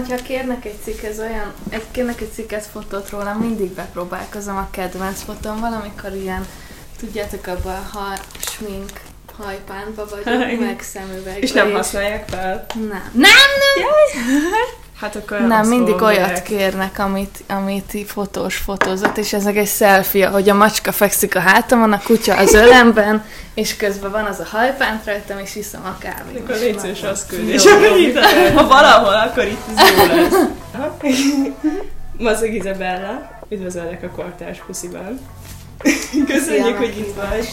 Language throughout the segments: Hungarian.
hogyha kérnek egy cikket fotót rólam, mindig bepróbálkozom a kedvenc fotón, valamikor ilyen, tudjátok, abban a smink hajpánba vagyok, meg szemüvegbe. És nem használják fel? Nem! Hát akkor nem, mindig olyat kérnek, amit fotózott, és ezek egy selfie, hogy a macska fekszik a hátamon, a kutya az ölemben, és közben van az a hajpánt rajtam, és iszom a kávét. Akkor légy szíves, azt küldés. Ha valahol, akkor itt ez jó lesz. Mazag Izabella, üdvözöllek a Kortárs Pusziban. Köszönjük, hogy itt vagy.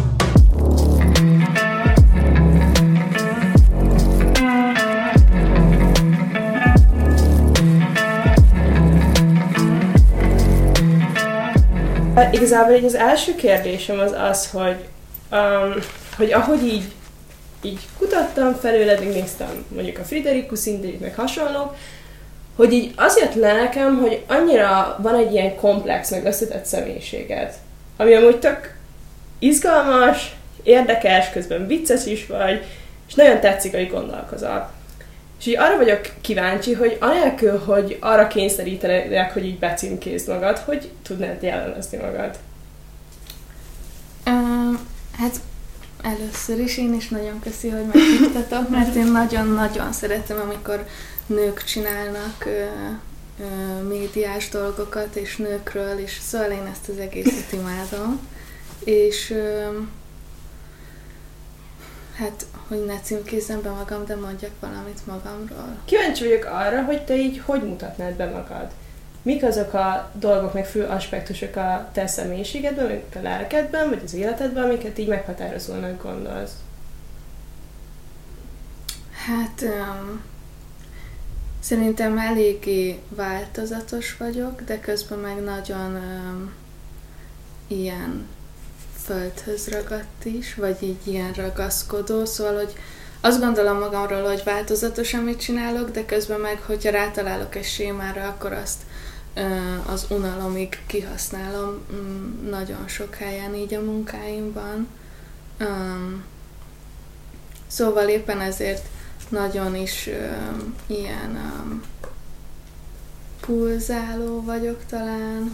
Igazából így az első kérdésem az hogy ahogy így kutattam felőled, még néztem mondjuk a Friderikus Indit, meg hasonlók, hogy így az jött le nekem, hogy annyira van egy ilyen komplex, meg összetett személyiséged, ami amúgy tök izgalmas, érdekes, közben vicces is vagy, és nagyon tetszik, ahogy gondolkozol. És így arra vagyok kíváncsi, hogy anélkül, hogy arra kényszerítenek, hogy így becímkézd magad, hogy tudnád jellemezni magad? Hát először is én is nagyon köszi, hogy meghívtatok, mert én nagyon-nagyon szeretem, amikor nők csinálnak médiás dolgokat, és nőkről, és szóval én ezt az egészet imádom. És hát, hogy ne címkézzem be magam, de mondjak valamit magamról. Kíváncsi vagyok arra, hogy te így hogy mutatnád be magad? Mik azok a dolgok, meg fő aspektusok a te személyiségedben, meg a lelkedben, vagy az életedben, amiket így meghatározónak gondolsz? Hát szerintem eléggé változatos vagyok, de közben meg nagyon ilyen földhöz ragadt is, vagy így ilyen ragaszkodó, szóval, hogy azt gondolom magamról, hogy változatos, amit csinálok, de közben meg, hogyha rátalálok egy sémára, akkor azt az unalomig kihasználom nagyon sok helyen így a munkáimban. Szóval éppen ezért nagyon is ilyen pulzáló vagyok talán,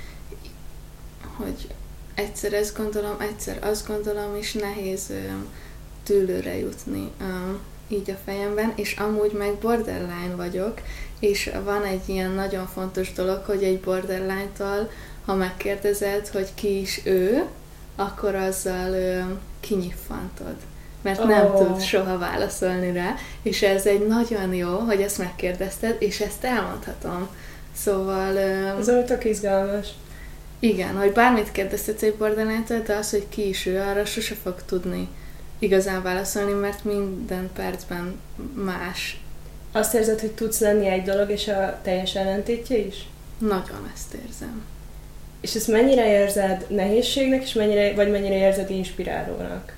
hogy egyszer ezt gondolom, egyszer azt gondolom, és nehéz tűlőre jutni így a fejemben, és amúgy meg borderline vagyok, és van egy ilyen nagyon fontos dolog, hogy egy borderline-tól, ha megkérdezed, hogy ki is ő, akkor azzal kinyiffantod. Mert nem tud soha válaszolni rá, és ez egy nagyon jó, hogy ezt megkérdezted, és ezt elmondhatom. Szóval... Ez olyan tök izgalmas. Igen, hogy bármit kérdeztetsz egy borderline-től, de az, hogy ki is ő, arra sose fog tudni igazán válaszolni, mert minden percben más. Azt érzed, hogy tudsz lenni egy dolog, és a teljes ellentétje is? Nagyon ezt érzem. És ezt mennyire érzed nehézségnek, és mennyire érzed inspirálónak?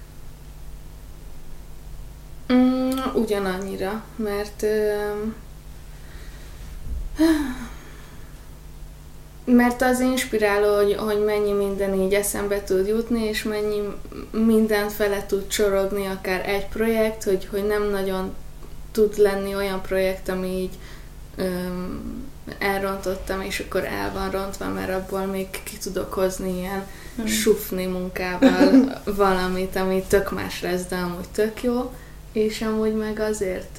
Ugyanannyira, mert az inspiráló, hogy mennyi minden így eszembe tud jutni, és mennyi mindent fele tud csorogni, akár egy projekt, hogy nem nagyon tud lenni olyan projekt, ami így elrontottam, és akkor el van rontva, mert abból még ki tudok hozni ilyen sufni munkával valamit, ami tök más lesz, de amúgy tök jó, és amúgy meg azért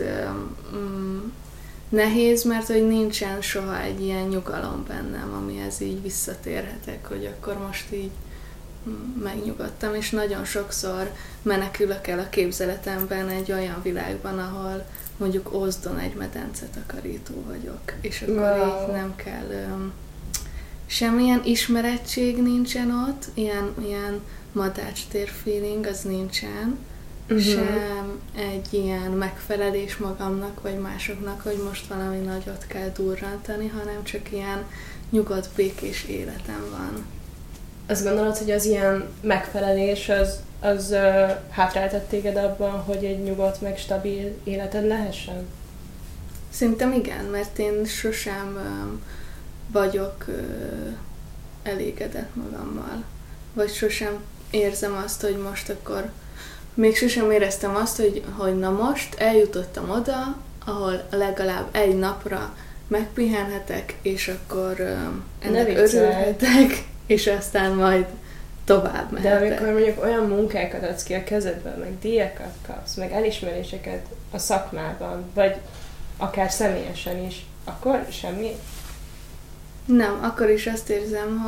nehéz, mert hogy nincsen soha egy ilyen nyugalom bennem, amihez így visszatérhetek, hogy akkor most így megnyugodtam, és nagyon sokszor menekülök el a képzeletemben egy olyan világban, ahol mondjuk Ózdon egy medencetakarító vagyok, és akkor így nem kell semmilyen ismerettség nincsen ott, ilyen madácstér feeling, az nincsen, sem egy ilyen megfelelés magamnak, vagy másoknak, hogy most valami nagyot kell durrantani, hanem csak ilyen nyugodt, békés életem van. Azt gondolod, hogy az ilyen megfelelés az hátráltat téged abban, hogy egy nyugodt, meg stabil életed lehessen? Szerintem igen, mert én sosem vagyok elégedett magammal. Vagy sosem érzem azt, hogy most akkor... Még sosem éreztem azt, hogy na most eljutottam oda, ahol legalább egy napra megpihenhetek, és akkor ennek örülhetek, és aztán majd tovább mehetek. De amikor mondjuk olyan munkákat adsz ki a kezedben, meg díjakat kapsz, meg elismeréseket a szakmában, vagy akár személyesen is, akkor semmi? Nem, akkor is azt érzem,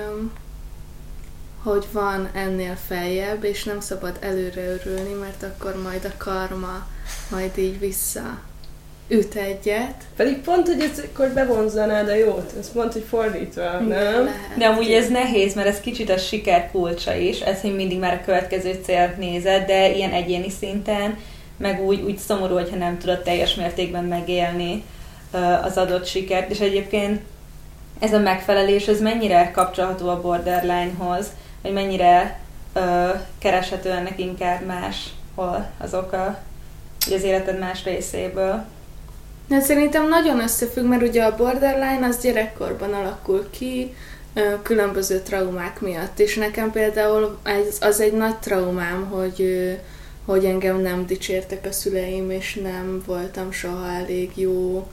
hogy van ennél feljebb, és nem szabad előre örülni, mert akkor majd a karma majd így visszaüt egyet. Pedig pont, hogy akkor bevonzanád a jót. Ez pont, hogy fordítva, nem? Lehet. De amúgy ez nehéz, mert ez kicsit a siker kulcsa is, ez, hogy mindig már a következő célt nézed, de ilyen egyéni szinten, meg úgy szomorú, hogyha nem tudod teljes mértékben megélni az adott sikert. És egyébként ez a megfelelés, ez mennyire kapcsolható a borderline-hoz, vagy mennyire kereshető ennek inkább máshol az oka, az életed más részéből? De szerintem nagyon összefügg, mert ugye a borderline az gyerekkorban alakul ki, különböző traumák miatt, és nekem például az egy nagy traumám, hogy engem nem dicsértek a szüleim, és nem voltam soha elég jó,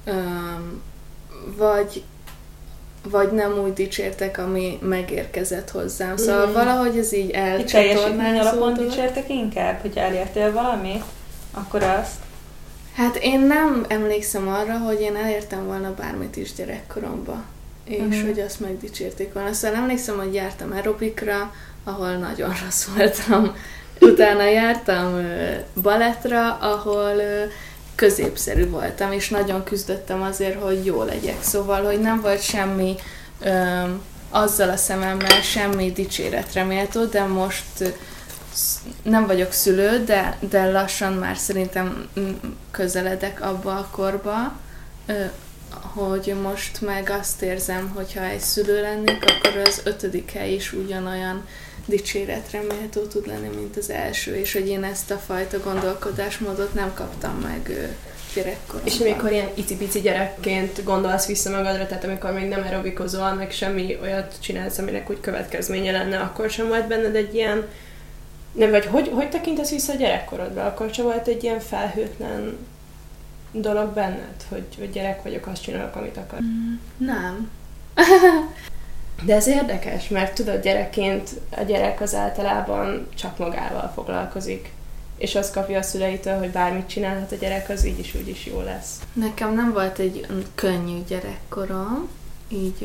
vagy nem úgy dicsértek, ami megérkezett hozzám. Szóval valahogy ez így elcsatornázódott. Teljesítmény alapon dicsértek inkább, hogy elértél valamit? Akkor azt? Hát én nem emlékszem arra, hogy én elértem volna bármit is gyerekkoromban, és hogy azt megdicsérték volna. Szóval emlékszem, hogy jártam aerobikra, ahol nagyon rossz voltam. Utána jártam balettra, ahol középszerű voltam, és nagyon küzdöttem azért, hogy jó legyek. Szóval, hogy nem volt semmi azzal a szememmel semmi dicséretre méltó, de most nem vagyok szülő, de lassan már szerintem közeledek abba a korba, hogy most meg azt érzem, hogy ha egy szülő lennék, akkor az 5. hely is ugyanolyan dicséretre méltó tud lenni, mint az első, és hogy én ezt a fajta gondolkodásmódot nem kaptam meg gyerekkoromban. És amikor ilyen icipici gyerekként gondolsz vissza magadra, tehát amikor még nem aerobikozol, meg semmi olyat csinálsz, aminek úgy következménye lenne, akkor sem volt benned egy ilyen, nem, vagy hogy tekintesz vissza a gyerekkorodra? Akkor sem volt egy ilyen felhőtlen dolog benned, hogy gyerek vagyok, azt csinálok, amit akarok? Nem. De ez érdekes, mert tudod, gyerekként a gyerek az általában csak magával foglalkozik, és azt kapja a szüleitől, hogy bármit csinálhat a gyerek, az így is úgy is jó lesz. Nekem nem volt egy könnyű gyerekkorom, így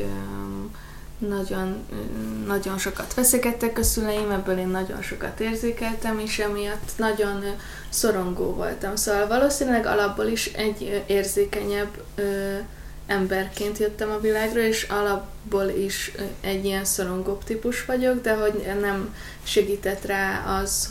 nagyon sokat veszekedtek a szüleim, ebből én nagyon sokat érzékeltem, és emiatt nagyon szorongó voltam. Szóval valószínűleg alapból is egy érzékenyebb emberként jöttem a világra, és alapból is egy ilyen szorongóbb típus vagyok, de hogy nem segített rá az,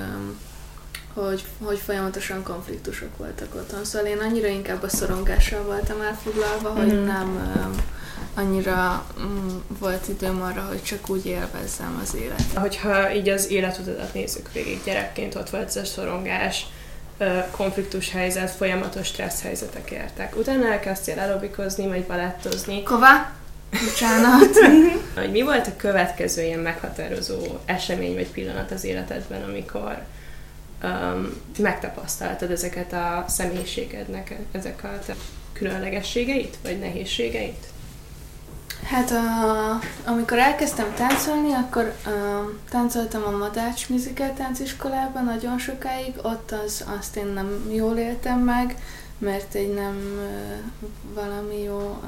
hogy folyamatosan konfliktusok voltak otthon. Szóval én annyira inkább a szorongással voltam elfoglalva, hogy nem annyira volt időm arra, hogy csak úgy élvezzem az életet. Hogyha így az életutadat nézzük végig, gyerekként ott volt ez a szorongás, konfliktus helyzet, folyamatos stressz helyzetek értek. Utána elkezdtél aerobikozni, vagy balettozni. Kova? Bocsánat. Hogy mi volt a következő ilyen meghatározó esemény vagy pillanat az életedben, amikor megtapasztaltad ezeket a személyiségednek, ezek a különlegességeit, vagy nehézségeit? Hát amikor elkezdtem táncolni, akkor táncoltam a Madács Musical Tánciskolában nagyon sokáig, ott azt én nem jól éltem meg, mert egy nem valami jó...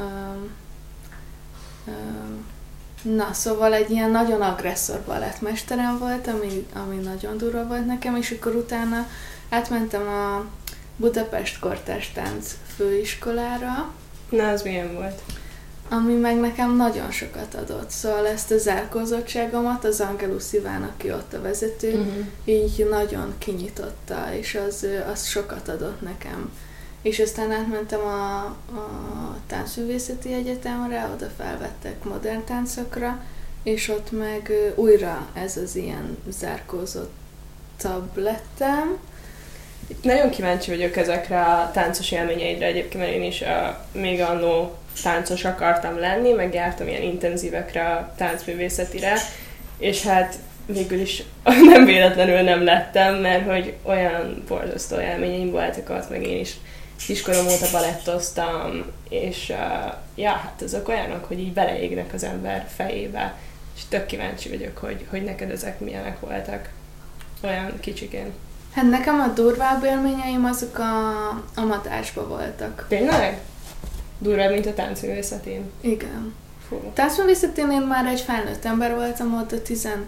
Na, szóval egy ilyen nagyon agresszor balettmesterem volt, ami nagyon durva volt nekem, és akkor utána átmentem a Budapest Kortárs Tánc főiskolára. Na, az milyen volt? Ami meg nekem nagyon sokat adott. Szóval ezt a zárkózottságomat az Angelus Iván, aki ott a vezető, így nagyon kinyitotta, és az sokat adott nekem. És aztán átmentem a Táncművészeti Egyetemre, oda felvettek modern táncokra, és ott meg újra ez az ilyen zárkózottabb lettem. Nagyon kíváncsi vagyok ezekre a táncos élményeidre egyébként, mert én is még annó táncos akartam lenni, meg jártam ilyen intenzívekre a táncművészetire, és hát végül is nem véletlenül nem lettem, mert hogy olyan borzasztó élményeim voltak ott, meg én is kiskorom óta balettoztam, és hát ezek olyanok, hogy így beleégnek az ember fejébe, és tök kíváncsi vagyok, hogy neked ezek milyenek voltak olyan kicsikén. Hát nekem a durvább élményeim azok a matásba voltak. Tényleg? Durvább, mint a táncművészetén? Igen. Táncművészetén én már egy felnőtt ember voltam, ott a 18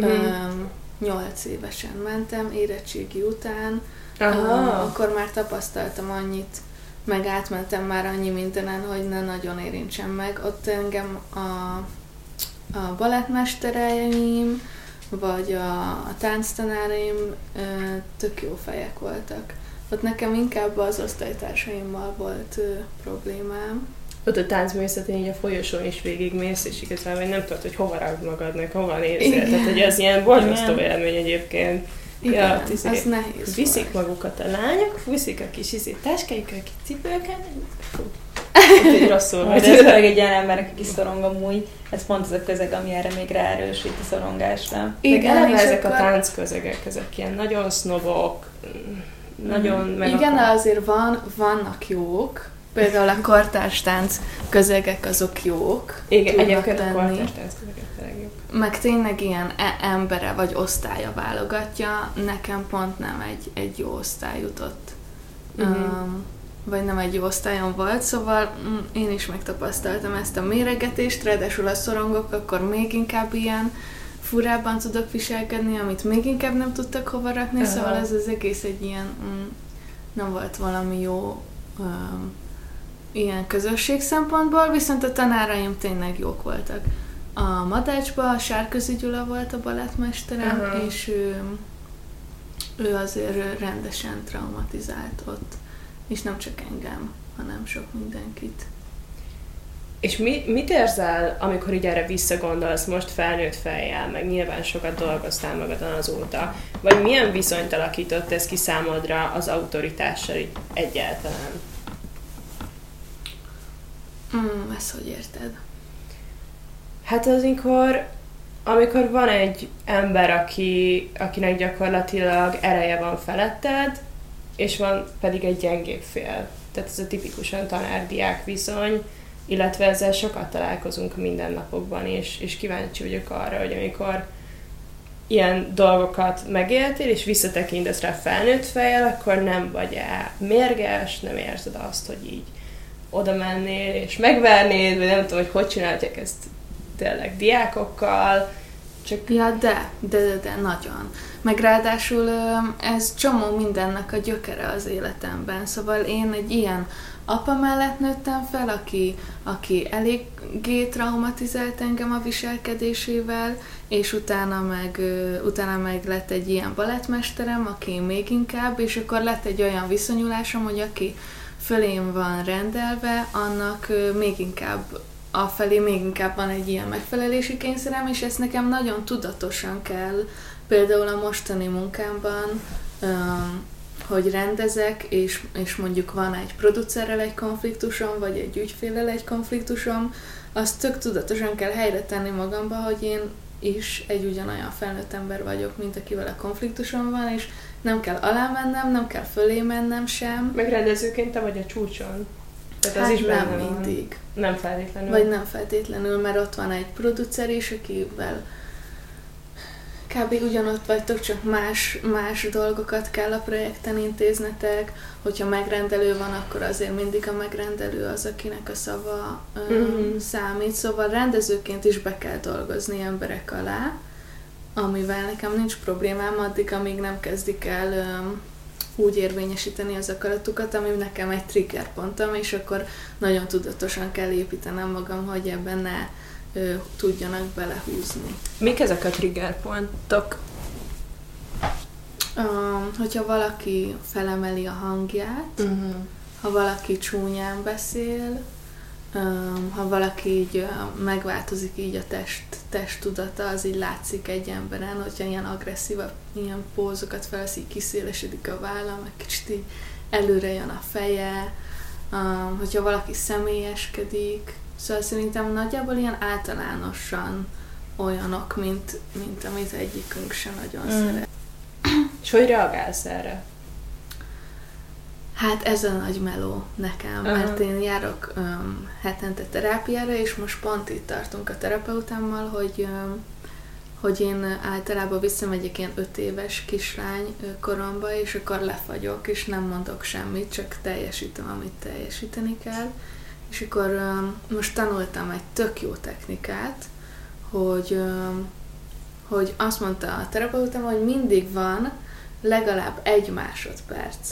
évesen mentem, érettségi után. Akkor már tapasztaltam annyit, meg átmentem már annyi mindenen, hogy ne nagyon érintsem meg. Ott engem a balettmestereim, vagy a tánctanáraim tök jó fejek voltak. Ott nekem inkább az osztálytársaimmal volt problémám. Ott a táncművészetén így a folyosón is végigmész, és igazából nem tudod, hogy hova ragd magadnak, hova nézzél. Tehát, hogy ez ilyen borzasztó élmény egyébként. Igen, az nehéz viszik volt. Magukat a lányok, viszik a kis táskáikkal, a kis cipőket. Rosszul vagy. Ez főleg egy ilyen embernek, aki szorong amúgy. Ez pont az a közeg, ami erre még ráerősít a szorongásra. Igen, eleve ezek a táncközegek, ezek ilyen nagyon sznobok, nagyon meg igen, azért vannak jók. Például a kortárs tánc közegek azok jók. Igen, egyébként a kortárs tánc közegek tényleg jók. Meg tényleg ilyen embere vagy osztálya válogatja. Nekem pont nem egy jó osztály jutott. Vagy nem egy jó osztályon volt, szóval én is megtapasztaltam ezt a méregetést, ráadásul a szorongok akkor még inkább ilyen furában tudok viselkedni, amit még inkább nem tudtak hova rakni, szóval ez az egész egy ilyen, nem volt valami jó ilyen közösség szempontból, viszont a tanáraim tényleg jók voltak. A Madácsban a Sárközi Gyula volt a balettmesterem, és ő azért rendesen traumatizált ott. És nem csak engem, hanem sok mindenkit. És mit érzel, amikor így erre visszagondolsz most felnőtt fejjel, meg nyilván sokat dolgoztál magadon azóta, vagy milyen viszonyt alakított ez ki számodra az autoritással egyáltalán? Ezt hogy érted? Hát az, amikor van egy ember, akinek gyakorlatilag ereje van feletted, és van pedig egy gyengébb fél. Tehát ez a tipikusan tanár-diák viszony, illetve ezzel sokat találkozunk a mindennapokban, és kíváncsi vagyok arra, hogy amikor ilyen dolgokat megéltél, és visszatekintesz rá felnőtt fejjel, akkor nem vagy mérges, nem érzed azt, hogy így oda mennél, és megvernéd, vagy nem tudom, hogy csinálják ezt tényleg diákokkal, csak... Ja, de nagyon. Meg ráadásul ez csomó mindennek a gyökere az életemben. Szóval én egy ilyen apa mellett nőttem fel, aki eléggé traumatizált engem a viselkedésével, és utána meg lett egy ilyen balettmesterem, aki még inkább, és akkor lett egy olyan viszonyulásom, hogy aki fölém van rendelve, annak még inkább afelé még inkább van egy ilyen megfelelési kényszerem, és ezt nekem nagyon tudatosan kell, például a mostani munkámban, hogy rendezek, és mondjuk van egy producerrel egy konfliktusom, vagy egy ügyféllel egy konfliktusom, azt tök tudatosan kell helyre tenni magamba, hogy én is egy ugyanolyan felnőtt ember vagyok, mint akivel a konfliktusom van, és nem kell alá mennem, nem kell fölé mennem sem. Megrendezőként te vagy a csúcson? Tehát hát az is nem mindig. Nem feltétlenül. Vagy nem feltétlenül, mert ott van egy producer is, akivel kb. Ugyanott vagytok, csak más dolgokat kell a projekten intéznetek. Hogyha megrendelő van, akkor azért mindig a megrendelő az, akinek a szava számít. Szóval rendezőként is be kell dolgozni emberek alá, amivel nekem nincs problémám addig, amíg nem kezdik el úgy érvényesíteni az akaratukat, ami nekem egy triggerpontom, és akkor nagyon tudatosan kell építenem magam, hogy ebben ne tudjanak belehúzni. Mik ezek a triggerpontok? Hogyha valaki felemeli a hangját, ha valaki csúnyán beszél, ha valaki így megváltozik így a testtudata, az így látszik egy emberen, hogyha ilyen agresszívabb, ilyen pózokat felvesz, így kiszélesedik a válla, meg kicsit így előre jön a feje, hogyha valaki személyeskedik, szóval szerintem nagyjából ilyen általánosan olyanok, mint amit egyikünk sem nagyon szeret. És hogy reagálsz erre? Hát ez a nagy meló nekem, mert én járok hetente terápiára, és most pont itt tartunk a terapeutámmal, hogy én általában visszamegyek ilyen 5 éves kislány koromba, és akkor lefagyok, és nem mondok semmit, csak teljesítem, amit teljesíteni kell. És akkor most tanultam egy tök jó technikát, hogy azt mondta a terapeutám, hogy mindig van legalább 1 másodperc,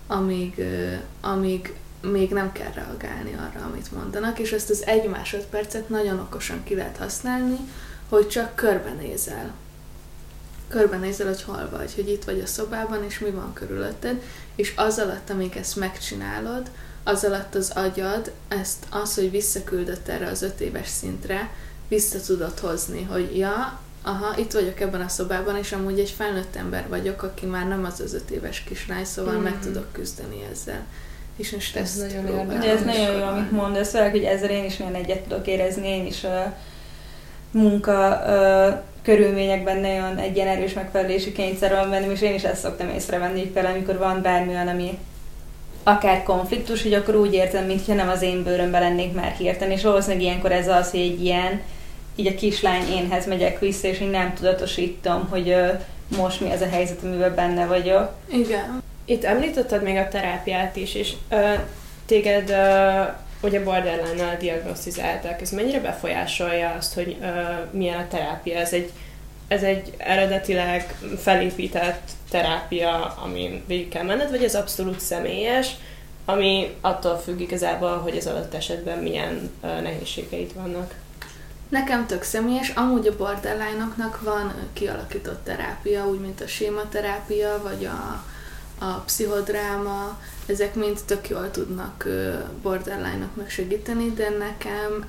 amíg még nem kell reagálni arra, amit mondanak, és ezt az 1 másodpercet nagyon okosan ki lehet használni, hogy csak körbenézel. Körbenézel, hogy hol vagy, hogy itt vagy a szobában, és mi van körülötted, és az alatt, amíg ezt megcsinálod, az alatt az agyad az, hogy visszaküldött erre az 5 éves szintre, vissza tudod hozni, hogy ja, aha, itt vagyok ebben a szobában, és amúgy egy felnőtt ember vagyok, aki már nem az 5 éves kislány, szóval meg tudok küzdeni ezzel. És most ezt nagyon próbálom. De ez nagyon jó, amit mondasz, szóval, hogy ezzel én is nagyon egyet tudok érezni, én is munka körülményekben nagyon egy ilyen erős megfelelési kényszer van bennem, és én is ezt szoktam észrevenni, hogy például amikor van bármi olyan, ami akár konfliktus, hogy akkor úgy érzem, mintha nem az én bőrömben lennék már hirtelen, és valószínűleg ilyenkor ez az, hogy egy ilyen, így a kislány énhez megyek vissza, és így nem tudatosítom, hogy most mi az a helyzet, amiben benne vagyok. Igen. Itt említetted még a terápiát is, és téged ugye borderline-nal diagnosztizálták. Ez mennyire befolyásolja azt, hogy milyen a terápia? Ez egy eredetileg felépített terápia, amin végig kell menned, vagy ez abszolút személyes, ami attól függ igazából, hogy az adott esetben milyen nehézségeid vannak? Nekem tök személyes, amúgy a borderline-oknak van kialakított terápia, úgy mint a sématerápia, vagy a pszichodráma, ezek mind tök jól tudnak borderline-oknak segíteni, de nekem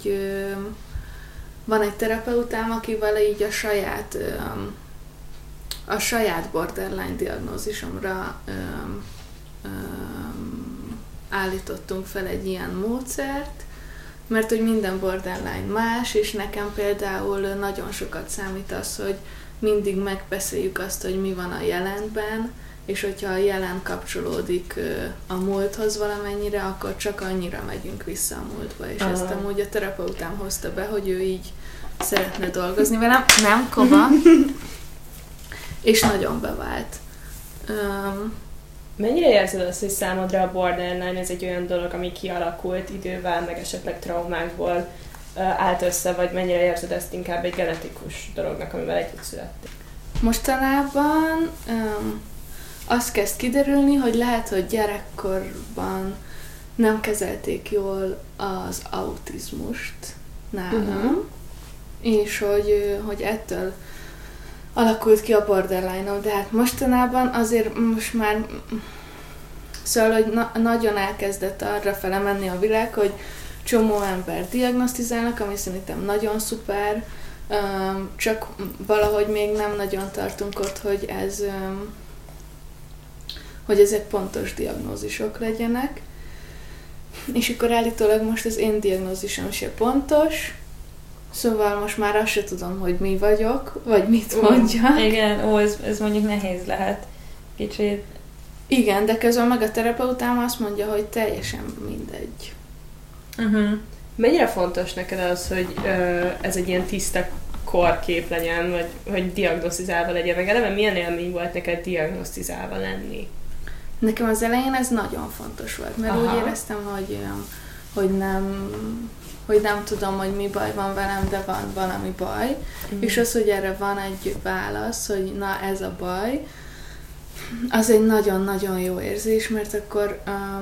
van egy terapeutám, akivel így a saját borderline diagnózisomra állítottunk fel egy ilyen módszert, mert hogy minden borderline más, és nekem például nagyon sokat számít az, hogy mindig megbeszéljük azt, hogy mi van a jelenben, és hogyha a jelen kapcsolódik a múlthoz valamennyire, akkor csak annyira megyünk vissza a múltba, és ezt amúgy a terapeutám hozta be, hogy ő így szeretne dolgozni velem. Nem, kova. És nagyon bevált. Mennyire érzed azt, hogy számodra a borderline ez egy olyan dolog, ami kialakult idővel, meg esetleg traumákból állt össze, vagy mennyire érzed ezt inkább egy genetikus dolognak, amivel együtt születtél? Mostanában az kezd kiderülni, hogy lehet, hogy gyerekkorban nem kezelték jól az autizmust nálam, és hogy ettől alakult ki a borderline-om, de hát mostanában azért most már szóval, hogy nagyon elkezdett arra fele menni a világ, hogy csomó ember diagnosztizálnak, ami szerintem nagyon szuper, csak valahogy még nem nagyon tartunk ott, hogy ezek pontos diagnózisok legyenek. És akkor állítólag most az én diagnózisom se pontos, szóval most már azt se tudom, hogy mi vagyok, vagy mit mondjak. Igen, ez mondjuk nehéz lehet kicsit. Igen, de közben meg a terapeutám azt mondja, hogy teljesen mindegy. Mennyire fontos neked az, hogy ez egy ilyen tiszta korkép legyen, vagy hogy diagnosztizálva legyen, meg eleve milyen élmény volt neked diagnosztizálva lenni? Nekem az elején ez nagyon fontos volt, mert úgy éreztem, hogy nem tudom, hogy mi baj van velem, de van valami baj. És az, hogy erre van egy válasz, hogy na ez a baj, az egy nagyon-nagyon jó érzés, mert akkor...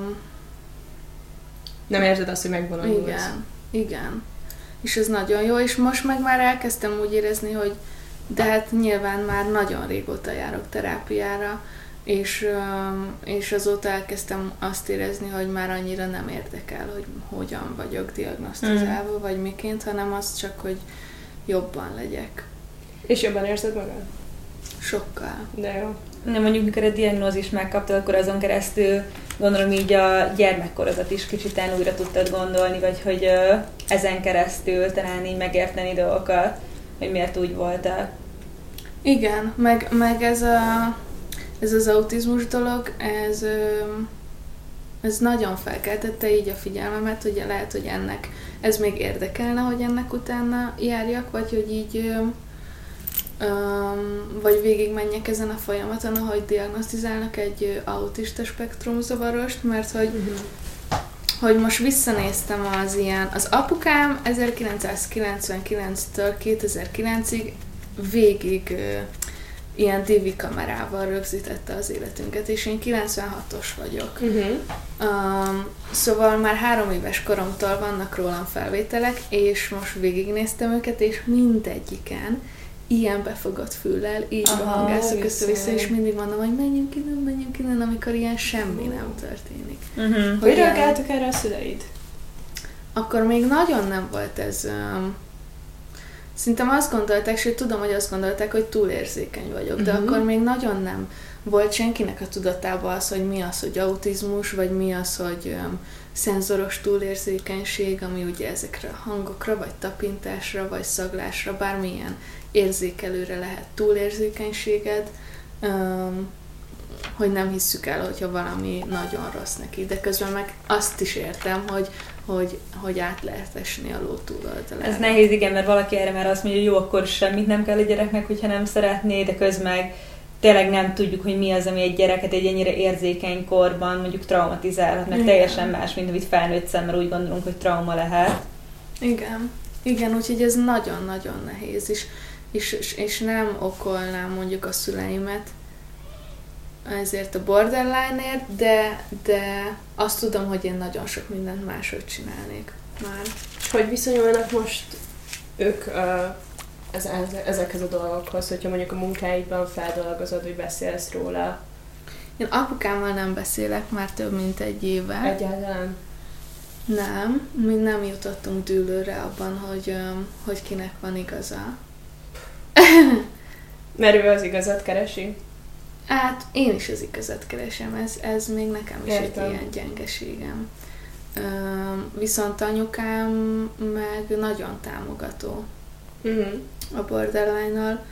nem érzed azt, hogy megvonulsz. Igen. És ez nagyon jó, és most meg már elkezdtem úgy érezni, hogy de hát nyilván már nagyon régóta járok terápiára, és azóta elkezdtem azt érezni, hogy már annyira nem érdekel, hogy hogyan vagyok diagnosztizálva, vagy miként, hanem az csak, hogy jobban legyek. És jobban érzed magad? Sokkal. De jó. Nem, mondjuk, mikor a diagnózist megkaptad, akkor azon keresztül gondolom így a gyermekkorodat is kicsit újra tudtad gondolni, vagy hogy ezen keresztül talán így megérteni dolgokat, hogy miért úgy voltál. Igen, meg ez az autizmus dolog, ez nagyon felkeltette így a figyelmemet, hogy lehet, hogy ez még érdekelne, hogy ennek utána járjak, vagy hogy így vagy végigmenjek ezen a folyamaton, ahogy diagnosztizálnak egy autista spektrumzavarost, mert hogy most visszanéztem az apukám 1999-től 2009-ig végig ilyen DV kamerával rögzítette az életünket, és én 96-os vagyok. Szóval már 3 éves koromtól vannak rólam felvételek, és most végignéztem őket, és mindegyiken ilyen befogott füllel, így hangászok össze-vissza, és mindig mondom, hogy menjünk innen, amikor ilyen semmi nem történik. Hogy reagáltak erre a szüleid? Akkor még nagyon nem volt ez... Szerintem azt gondolták, sőt tudom, hogy azt gondolták, hogy túlérzékeny vagyok, de akkor még nagyon nem volt senkinek a tudatában az, hogy mi az, hogy autizmus, vagy mi az, hogy szenzoros túlérzékenység, ami ugye ezekre a hangokra, vagy tapintásra, vagy szaglásra, bármilyen érzékelőre lehet túlérzékenységed, hogy nem hisszük el, hogyha valami nagyon rossz neki, de közben meg azt is értem, hogy át lehet esni a ló túloldalára. Ez nehéz, igen, mert valaki erre már azt mondja, hogy jó, akkor semmit nem kell a gyereknek, hogyha nem szeretné, de közben meg tényleg nem tudjuk, hogy mi az, ami egy gyereket egy ennyire érzékeny korban mondjuk traumatizálhat, meg teljesen más, mint amit felnőtt szemmel úgy gondolunk, hogy trauma lehet. Igen, úgyhogy ez nagyon-nagyon nehéz is. És nem okolnám mondjuk a szüleimet ezért a borderline-ért, de azt tudom, hogy én nagyon sok mindent máshogy csinálnék már. Hogy viszonyulnak most ők ezekhez a dolgokhoz, hogyha mondjuk a munkáidban feldolgozod, hogy beszélsz róla? Én apukámmal nem beszélek már több mint 1 éve. Egyáltalán? Nem, mi nem jutottunk dűlőre abban, hogy kinek van igaza. Mert ő az igazat keresi? Hát én is az igazat keresem, ez még nekem is Értem. egy ilyen gyengeségem. Viszont anyukám meg nagyon támogató a borderline-nal.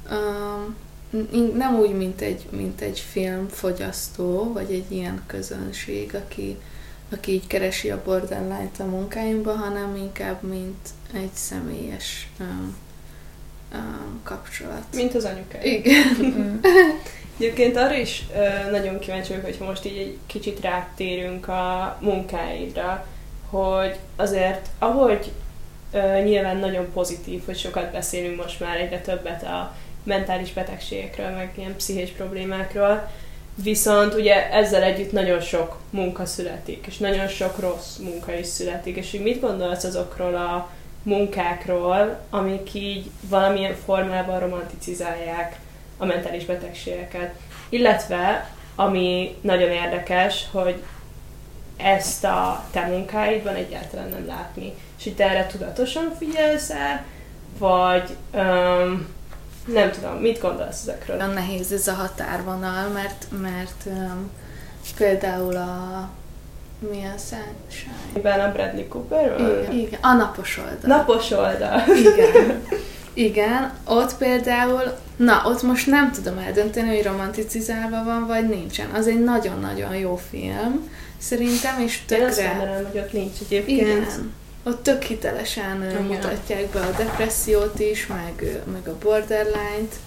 Nem úgy, mint egy filmfogyasztó, vagy egy ilyen közönség, aki így keresi a borderline-t a munkáimban, hanem inkább, mint egy személyes kapcsolat. Mint az anyukája. Igen. Egyébként arra is nagyon kíváncsi vagyok, hogyha most így egy kicsit rátérünk a munkáidra, hogy azért, ahogy nyilván nagyon pozitív, hogy sokat beszélünk most már egyre többet a mentális betegségekről, meg ilyen pszichés problémákról, viszont ugye ezzel együtt nagyon sok munka születik, és nagyon sok rossz munka is születik, és hogy mit gondolsz azokról a munkákról, amik így valamilyen formában romanticizálják a mentális betegségeket. Illetve, ami nagyon érdekes, hogy ezt a te munkáidban egyáltalán nem látni. És itt erre tudatosan figyelsz el, vagy nem tudom, mit gondolsz ezekről? Nagyon nehéz ez a határvonal, mert például mi a Sunshine? A Bradley Cooperről? Igen, a napos oldal. Napos oldal. Igen, ott például, ott most nem tudom eldönteni, hogy romanticizálva van, vagy nincsen. Az egy nagyon-nagyon jó film, szerintem, és tökre... Én azt mondanám, hogy ott nincs egyébként. Igen, ott tök hitelesen mutatják be a depressziót is, meg a borderline-t.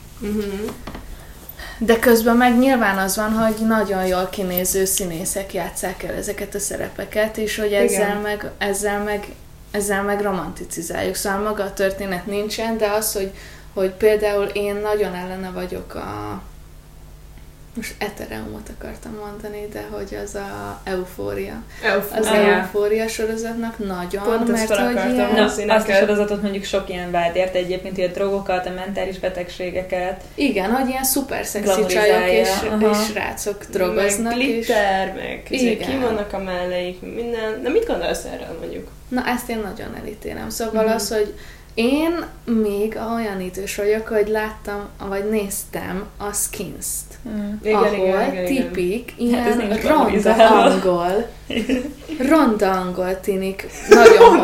De közben meg nyilván az van, hogy nagyon jól kinéző színészek játsszák el ezeket a szerepeket, és hogy ezzel meg romanticizáljuk. Szóval maga a történet nincsen, de az, hogy például én nagyon ellene vagyok most etereumot akartam mondani, de hogy az a Eufória. Az Eufória sorozatnak nagyon, pont mert hogy ilyen... Azt a sorozatot mondjuk sok ilyen vád ért egyébként, hogy a drogokat, a mentális betegségeket. Igen, hogy ilyen szuper szexi csajok és rácok drogoznak. Meg glitter, meg kimonnak a melleik, minden. Na mit gondolsz erről mondjuk? Na ezt én nagyon elítélem. Szóval az, hogy én még olyan idős vagyok, hogy láttam, vagy néztem a Skins-t, ahol tipik ilyen ronda angol tinik nagyon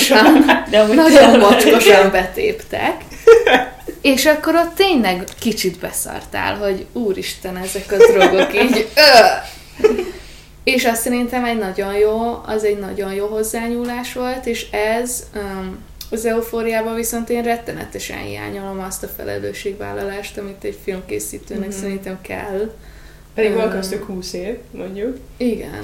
mocskosan betéptek, és akkor ott tényleg kicsit beszartál, hogy úristen, ezek a drogok így... És azt szerintem az egy nagyon jó hozzányúlás volt, és ez az Eufóriában viszont én rettenetesen hiányolom azt a felelősségvállalást, amit egy filmkészítőnek szerintem kell. Pedig van köztük 20 év, mondjuk. Igen.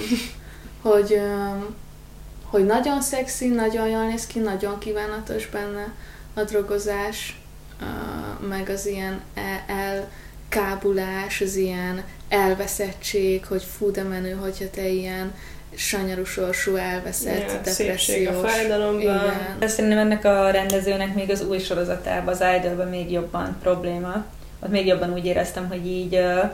Hogy nagyon szexi, nagyon jól néz ki, nagyon kívánatos benne a drogozás, meg az ilyen elkábulás, az ilyen elveszettség, hogy fú, de menő, hogyha te ilyen sanyarú sorsú, elveszett, depressziós. Szépség a fájdalomban. Igen. Szerintem ennek a rendezőnek még az új sorozatában, az Idolban még jobban probléma. Ott még jobban úgy éreztem, hogy így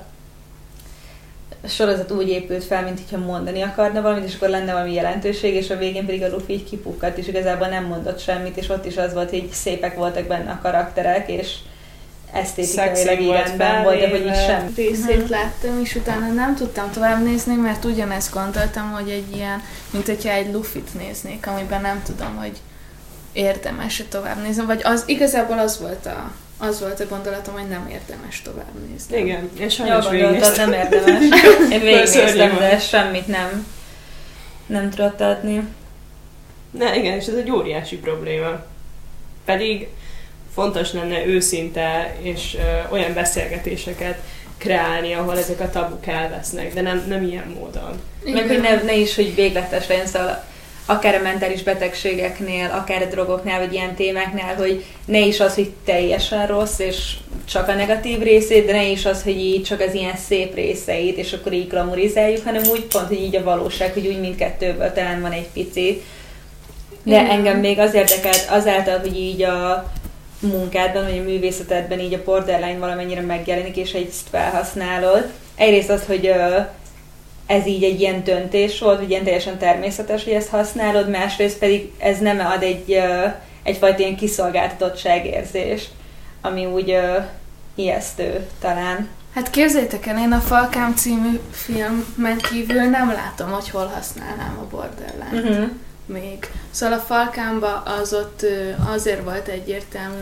a sorozat úgy épült fel, mint hogyha mondani akarna valamit, és akkor lenne valami jelentőség, és a végén pedig a Luffy így kipukkadt, és igazából nem mondott semmit, és ott is az volt, hogy szépek voltak benne a karakterek, és esztétikailag irányban volt, de hogy is sem. Részét láttam, és utána nem tudtam tovább nézni, mert ugyanezt gondoltam, hogy egy ilyen, mint hogyha egy Luffy-t néznék, amiben nem tudom, hogy érdemes-e tovább nézni, vagy igazából az volt a gondolatom, hogy nem érdemes tovább nézni. Igen, én sajnos végignéztem. Nem érdemes. Én végignéztem, de semmit nem tudott adni. Ne, igen, és ez egy óriási probléma. Pedig fontos lenne őszinte és olyan beszélgetéseket kreálni, ahol ezek a tabuk elvesznek, de nem ilyen módon. Igen. Meg hogy ne is, hogy végletes legyen, szóval akár a mentális betegségeknél, akár a drogoknál, vagy ilyen témáknál, hogy ne is az, hogy teljesen rossz, és csak a negatív részét, de ne is az, hogy így csak az ilyen szép részeit, és akkor így glamorizáljuk, hanem úgy pont, hogy így a valóság, hogy úgy mindkettőből talán van egy pici. De engem még az érdekelt azáltal, hogy így a munkádban, vagy a művészetedben így a borderline valamennyire megjelenik, és ezt felhasználod. Egyrészt az, hogy ez így egy ilyen döntés volt, vagy ilyen teljesen természetes, hogy ezt használod, másrészt pedig ez nem ad egyfajta ilyen kiszolgáltatottságérzést, ami úgy ijesztő talán. Hát képzeljétek el, én a Falkám című filmen kívül nem látom, hogy hol használnám a borderline-t. Még. Szóval a Falkámban az ott azért volt egyértelmű,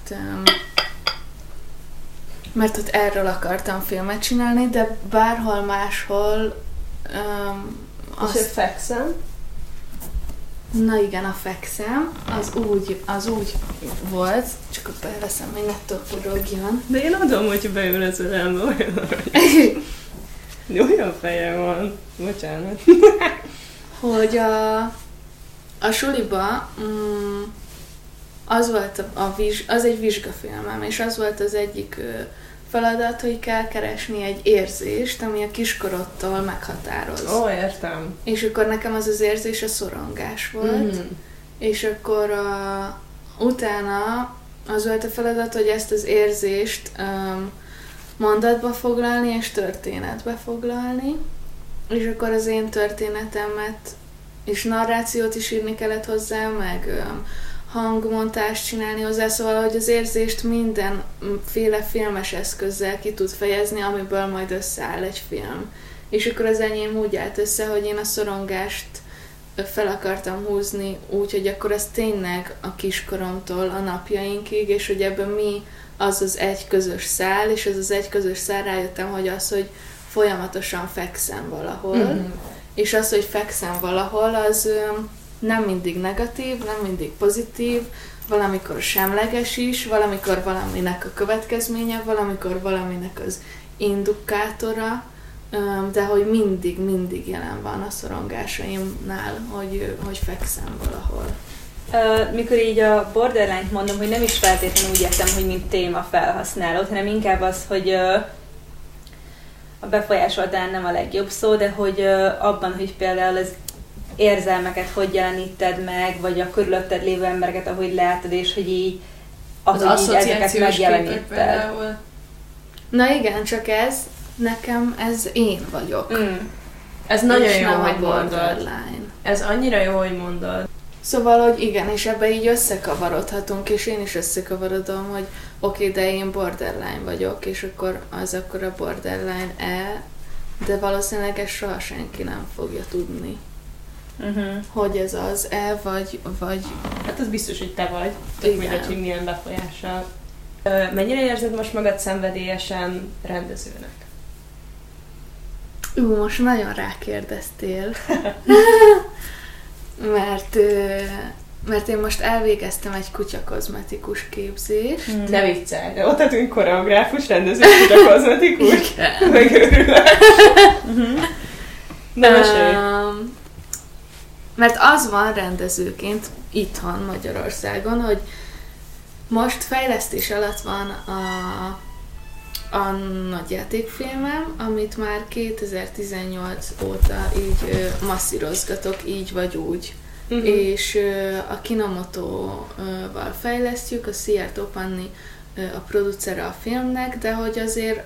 mert ott erről akartam filmet csinálni, de bárhol máshol és fekszem? Na igen, a fekszem, az úgy volt, csak akkor beveszem, hogy nettől forogjon. De én adom, hogyha beül az ölembe, olyan fejem van. Bocsánat. Hogy a suliba az volt az egy vizsgafilmem, és az volt az egyik feladat, hogy kell keresni egy érzést, ami a kiskorodtól meghatároz. Ó, értem. És akkor nekem az érzés a szorongás volt, és akkor utána az volt a feladat, hogy ezt az érzést mondatba foglalni és történetbe foglalni, és akkor az én történetemet és narrációt is írni kellett hozzá, meg hangmontást csinálni hozzá, szóval, hogy az érzést mindenféle filmes eszközzel ki tud fejezni, amiből majd összeáll egy film. És akkor az enyém úgy állt össze, hogy én a szorongást fel akartam húzni úgy, hogy akkor ez tényleg a kiskoromtól a napjainkig, és hogy ebben mi az egy közös szál, és ez az egy közös szál, rájöttem, hogy az, hogy folyamatosan fekszem valahol, és az, hogy fekszem valahol, az nem mindig negatív, nem mindig pozitív, valamikor semleges is, valamikor valaminek a következménye, valamikor valaminek az indukátora, de hogy mindig jelen van a szorongásaimnál, hogy fekszem valahol. Mikor így a borderline-t mondom, hogy nem is feltétlenül úgy értem, hogy mint téma felhasználod, hanem inkább az, hogy a befolyásoltán nem a legjobb szó, de hogy abban, hogy például az érzelmeket hogy jeleníted meg, vagy a körülötted lévő embereket, ahogy látod, és hogy így, ahogy így ezeket megjeleníted. Na igen, csak nekem ez én vagyok. Ez nagyon jó, hogy mondod. Ez annyira jó, hogy mondod. Szóval, hogy igen, és ebbe így összekavarodhatunk, és én is összekavarodom, hogy oké, de én borderline vagyok, és akkor a borderline de valószínűleg ezt soha senki nem fogja tudni. Hogy ez az-e, vagy... Hát az biztos, hogy te vagy. Tök mindegy, hogy milyen befolyással. Mennyire érzed most magad szenvedélyesen rendezőnek? Most nagyon rákérdeztél. mert én most elvégeztem egy kutyakozmetikus képzést. Ne viccelj, de ott adunk koreográfus, rendező, kutyakozmetikus. Megőrülök. De mesélj. Mert az van rendezőként itthon Magyarországon, hogy most fejlesztés alatt van a nagyjátékfilmem, amit már 2018 óta így masszírozgatok, így vagy úgy. És a Kinomoto-val fejlesztjük, a Szijjártó Panni a producere a filmnek, de hogy azért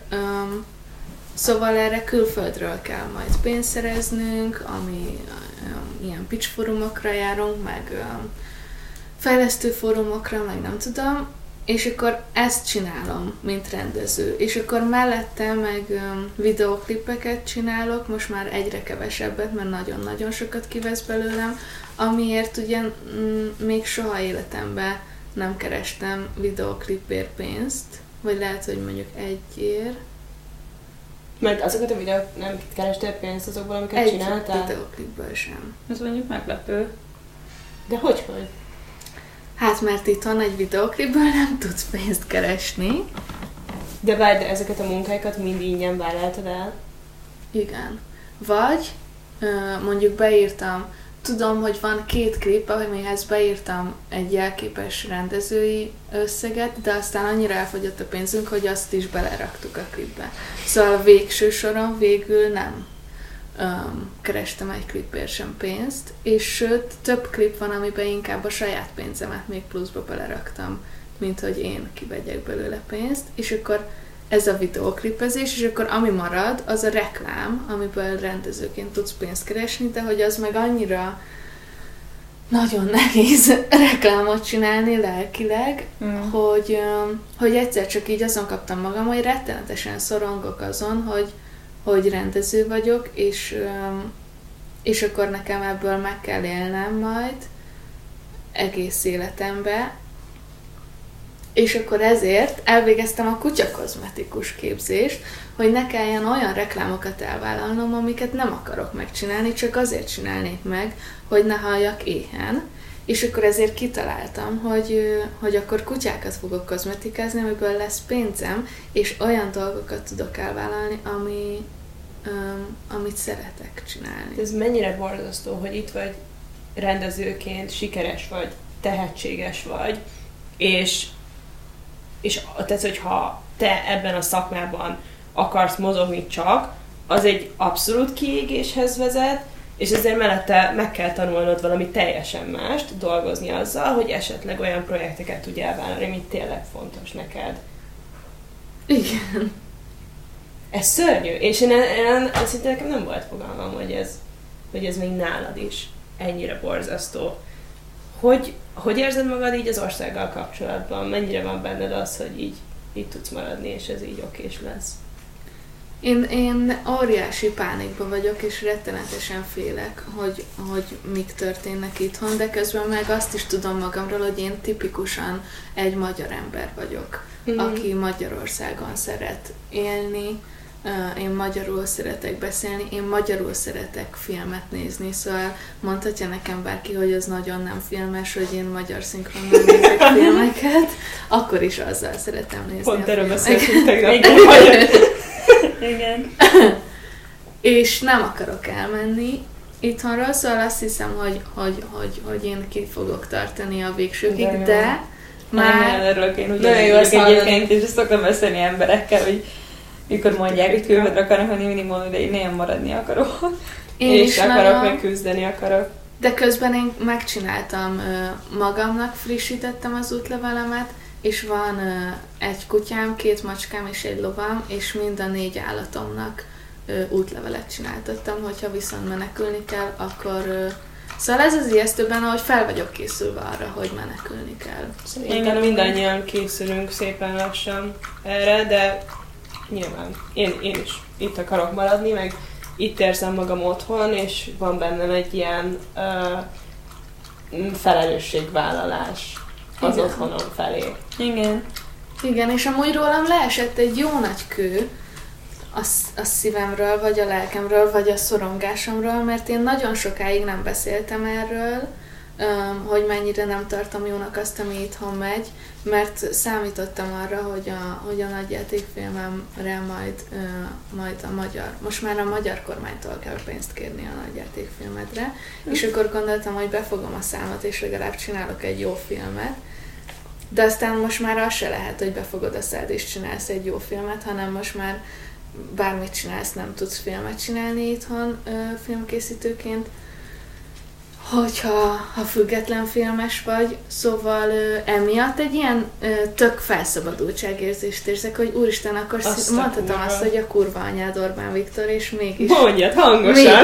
szóval erre külföldről kell majd pénzt szereznünk, ami ilyen pitch fórumokra járunk, meg fejlesztő fórumokra, meg nem tudom, és akkor ezt csinálom, mint rendező. És akkor mellette meg videóklipeket csinálok, most már egyre kevesebbet, mert nagyon-nagyon sokat kivesz belőlem, amiért ugye még soha életemben nem kerestem videóklipért pénzt, vagy lehet, hogy mondjuk egyért. Mert azokat a videók nem kerestél pénzt azokból, amiket csináltál? Egy videóklipből sem. Ez mondjuk meglepő. De hogy? Hát mert itthon egy videóklipből nem tudsz pénzt keresni. De várj, de ezeket a munkáikat mind ingyen vállaltad el? Igen. Vagy mondjuk beírtam, tudom, hogy van 2 klip, amihez beírtam egy jelképes rendezői összeget, de aztán annyira elfogyott a pénzünk, hogy azt is beleraktuk a klipbe. Szóval a végső soron végül nem kerestem egy klipért sem pénzt, és sőt, több klip van, amiben inkább a saját pénzemet még pluszba beleraktam, mint hogy én kivegyek belőle pénzt, és akkor ez a videóklipezés, és akkor ami marad, az a reklám, amiből rendezőként tudsz pénzt keresni, de hogy az meg annyira nagyon nehéz reklámot csinálni lelkileg, hogy egyszer csak így azon kaptam magam, hogy rettenetesen szorongok azon, hogy rendező vagyok, és akkor nekem ebből meg kell élnem majd egész életembe, és akkor ezért elvégeztem a kutyakozmetikus képzést, hogy ne kelljen olyan reklámokat elvállalnom, amiket nem akarok megcsinálni, csak azért csinálnék meg, hogy ne halljak éhen. És akkor ezért kitaláltam, hogy akkor kutyákat fogok kozmetikázni, amiből lesz pénzem, és olyan dolgokat tudok elvállalni, amit szeretek csinálni. Ez mennyire borzasztó, hogy itt vagy rendezőként, sikeres vagy, tehetséges vagy, és tehát, hogyha te ebben a szakmában akarsz mozogni csak, az egy abszolút kiégéshez vezet, és ezért mellette meg kell tanulnod valami teljesen mást, dolgozni azzal, hogy esetleg olyan projekteket tudj elvállalni, amit tényleg fontos neked. Igen. Ez szörnyű, és én szinte nekem nem volt fogalmam, hogy ez még nálad is ennyire borzasztó. Hogy érzed magad így az országgal kapcsolatban? Mennyire van benned az, hogy így tudsz maradni, és ez így okés lesz? Én óriási pánikban vagyok, és rettenetesen félek, hogy mik történnek itthon, de közben meg azt is tudom magamról, hogy én tipikusan egy magyar ember vagyok, aki Magyarországon szeret élni, én magyarul szeretek beszélni, én magyarul szeretek filmet nézni, szóval mondhatja nekem bárki, hogy az nagyon nem filmes, hogy én magyar szinkronnal nézek filmeket, akkor is azzal szeretem nézni pont a erről filmeket. beszéltünk tegnap. Igen. És nem akarok elmenni itthonról, szóval azt hiszem, hogy én ki fogok tartani a végsőkig, de már... Örülök, én ugyanúgy egyébként, és szoktam beszélni emberekkel, hogy mikor mondják, hogy külföldre akarnak menni, mindig mondom, de én nagyon maradni akarok. Én is akarok, meg küzdeni akarok. De közben én megcsináltam magamnak, frissítettem az útlevelemet, és van egy kutyám, 2 macskám és egy lovam, és mind a 4 állatomnak útlevelet csináltattam, hogyha viszont menekülni kell, akkor... Szóval ez az ijesztő benne, hogy fel vagyok készülve arra, hogy menekülni kell. Szerintem mindannyian készülünk szépen lassan erre, de nyilván én is itt akarok maradni, meg itt érzem magam otthon, és van bennem egy ilyen felelősségvállalás az otthonom felé. Igen. Igen, és amúgy rólam leesett egy jó nagy kő, a szívemről, vagy a lelkemről, vagy a szorongásomról, mert én nagyon sokáig nem beszéltem erről, hogy mennyire nem tartom jónak azt, ami itthon megy, mert számítottam arra, hogy a nagyjátékfilmemre majd a magyar, most már a magyar kormánytól kell pénzt kérni a nagyjátékfilmedre, és akkor gondoltam, hogy befogom a számot, és legalább csinálok egy jó filmet, de aztán most már az se lehet, hogy befogod a szád és csinálsz egy jó filmet, hanem most már bármit csinálsz, nem tudsz filmet csinálni itthon filmkészítőként, hogyha független filmes vagy, szóval emiatt egy ilyen tök felszabadultságérzést érzek, hogy úristen, akkor mondhatom azt, hogy a kurva anyád Orbán Viktor, és mégis... Mondjad hangosan!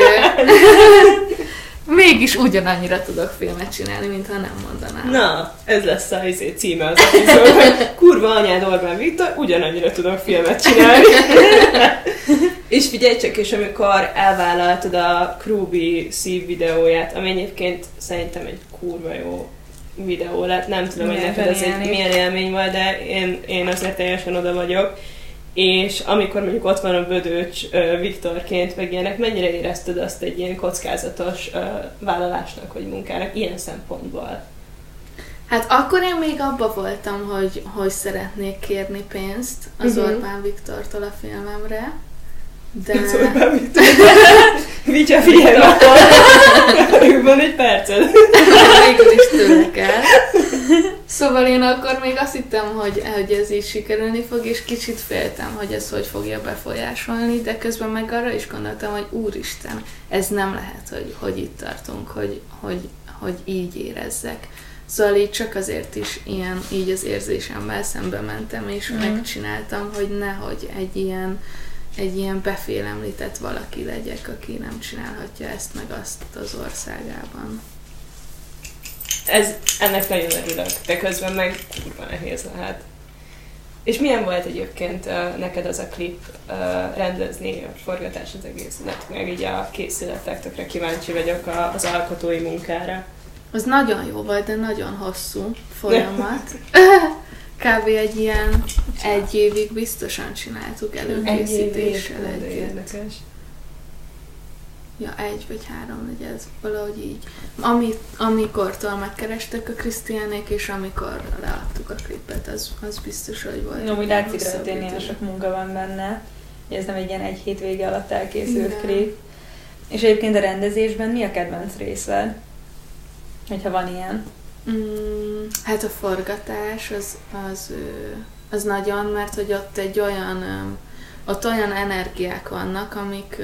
Mégis ugyanannyira tudok filmet csinálni, mintha nem mondanám. Na, ez lesz a címe az epizód, hogy kurva anyád Orbán Viktor, ugyanannyira tudok filmet csinálni. És figyelj csak, és amikor elvállaltad a Krúbi szív videóját, ami egyébként szerintem egy kurva jó videó lett, nem tudom, hogy neked ez milyen élmény volt, de én azért teljesen oda vagyok. És amikor mondjuk ott van a Bödöcs Viktorként, meg ilyenek, mennyire érezted azt egy ilyen kockázatos vállalásnak, vagy munkának ilyen szempontból? Hát akkor én még abba voltam, hogy szeretnék kérni pénzt az Orbán Viktortól a filmemre. De... Az Orbán Viktor. Vigya, figyelj akkor! Van egy perced. Végül is tőle kell. Szóval én akkor még azt hittem, hogy ez így sikerülni fog, és kicsit féltem, hogy ez hogy fogja befolyásolni, de közben meg arra is gondoltam, hogy úristen, ez nem lehet, hogy itt tartunk, hogy így érezzek. Szóval így csak azért is így az érzésemmel szembe mentem, és megcsináltam, hogy nehogy egy ilyen befélemlített valaki legyek, aki nem csinálhatja ezt meg azt az országában. Ennek nagyon örülök, de közben meg kurva nehéz lehet. És milyen volt egyébként neked az a klip rendezni, a forgatás az egészet, meg így a készületek, tökre kíváncsi vagyok az alkotói munkára. Az nagyon jó volt, de nagyon hosszú folyamat. Kb. egy évig biztosan csináltuk előkészítéssel együtt. Érdekes. Ja, 1 vagy 3, ez valahogy így. Amikortól megkerestek a Krisztiánék, és amikor leadtuk a klipet, az biztos, hogy volt. No, úgy látszik rá, tényleg sok munka van benne. Ez nem egy ilyen 1 hétvége alatt elkészült klip. És egyébként a rendezésben mi a kedvenc részed? Hogyha van ilyen. Hát a forgatás az nagyon, mert hogy ott olyan energiák vannak,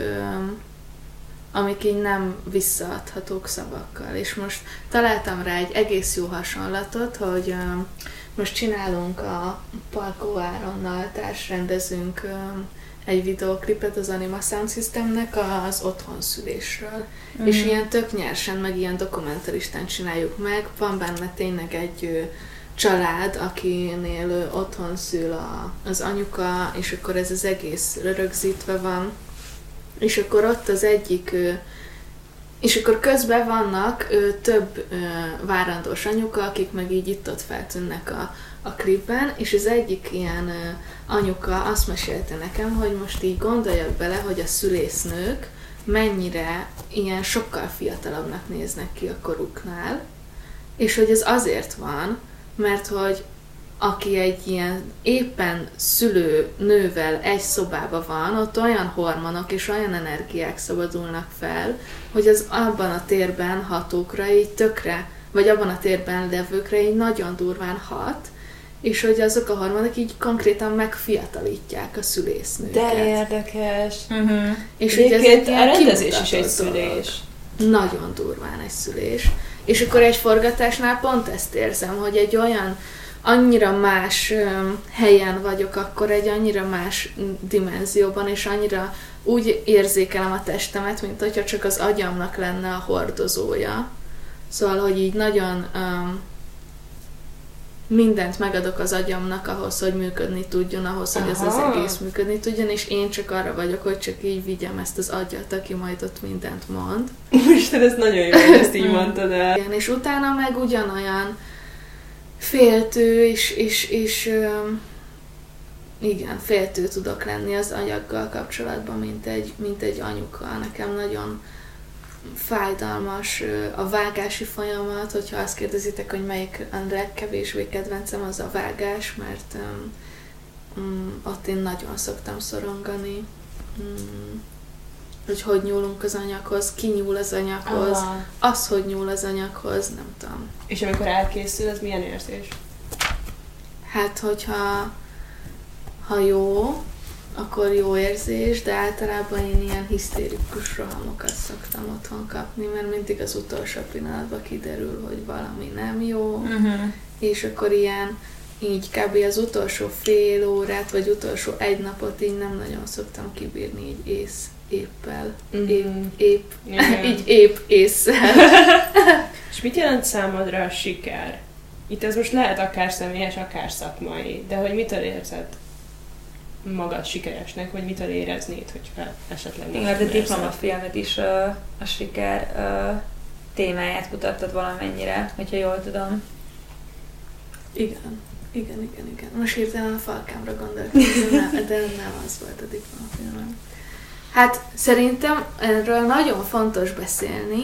amik így nem visszaadhatók szavakkal. És most találtam rá egy egész jó hasonlatot, hogy most csinálunk a Palkó Áronnal, társrendezünk egy videóklipet az Anima Sound Systemnek az otthonszülésről. És ilyen tök nyersen, meg ilyen dokumentaristán csináljuk meg. Van benne tényleg egy család, akinél otthon szül az anyuka, és akkor ez az egész rögzítve van. És akkor ott az egyik, és akkor közben vannak több várandós anyuka, akik meg így itt-ott feltűnnek a klipben, és az egyik ilyen anyuka azt mesélte nekem, hogy most így gondoljak bele, hogy a szülésznők mennyire ilyen sokkal fiatalabbnak néznek ki a koruknál, és hogy ez azért van, mert hogy aki egy ilyen éppen szülő nővel egy szobában van, ott olyan hormonok és olyan energiák szabadulnak fel, hogy az abban a térben hatókra így tökre, vagy abban a térben levőkre így nagyon durván hat, és hogy azok a hormonok így konkrétan megfiatalítják a szülésznőket. De érdekes. És egyébként a rendezés is egy szülés. Nagyon durván egy szülés. És akkor egy forgatásnál pont ezt érzem, hogy egy olyan annyira más helyen vagyok, akkor egy annyira más dimenzióban, és annyira úgy érzékelem a testemet, mint hogyha csak az agyamnak lenne a hordozója. Szóval, hogy így nagyon mindent megadok az agyamnak ahhoz, hogy működni tudjon, ahhoz, hogy ez az egész működni tudjon, és én csak arra vagyok, hogy csak így vigyem ezt az agyat, aki majd ott mindent mond. Isten, ez nagyon jó, hogy ezt így mondtad el. Igen, és utána meg ugyanolyan féltő, és igen, féltő tudok lenni az anyaggal kapcsolatban, mint egy anyuka. Nekem nagyon fájdalmas a vágási folyamat, hogyha azt kérdezitek, hogy melyik a legkevésbé kedvencem, az a vágás, mert ott én nagyon szoktam szorongani, hogy nyúlunk az anyaghoz, ki nyúl az anyaghoz, az, hogy nyúl az anyaghoz, nem tudom. És amikor elkészül, az milyen érzés? Hát, hogyha jó, akkor jó érzés, de általában én ilyen hisztérikus rohamokat szoktam otthon kapni, mert mindig az utolsó pillanatban kiderül, hogy valami nem jó, és akkor így kb. Az utolsó fél órát, vagy utolsó egy napot így nem nagyon szoktam kibírni így éppel. Így épp ésszel. És mit jelent számodra a siker? Itt ez most lehet akár személyes, akár szakmai, de hogy mitől érzed magad sikeresnek, vagy mitől éreznéd, hogyha esetleg... Igen, mert a diplomafilmet is a siker témáját kutattad valamennyire, hogyha jól tudom. Igen. Most hirtelen a Falkámra gondoltam, de nem az volt a diplomafilmem. Hát szerintem erről nagyon fontos beszélni,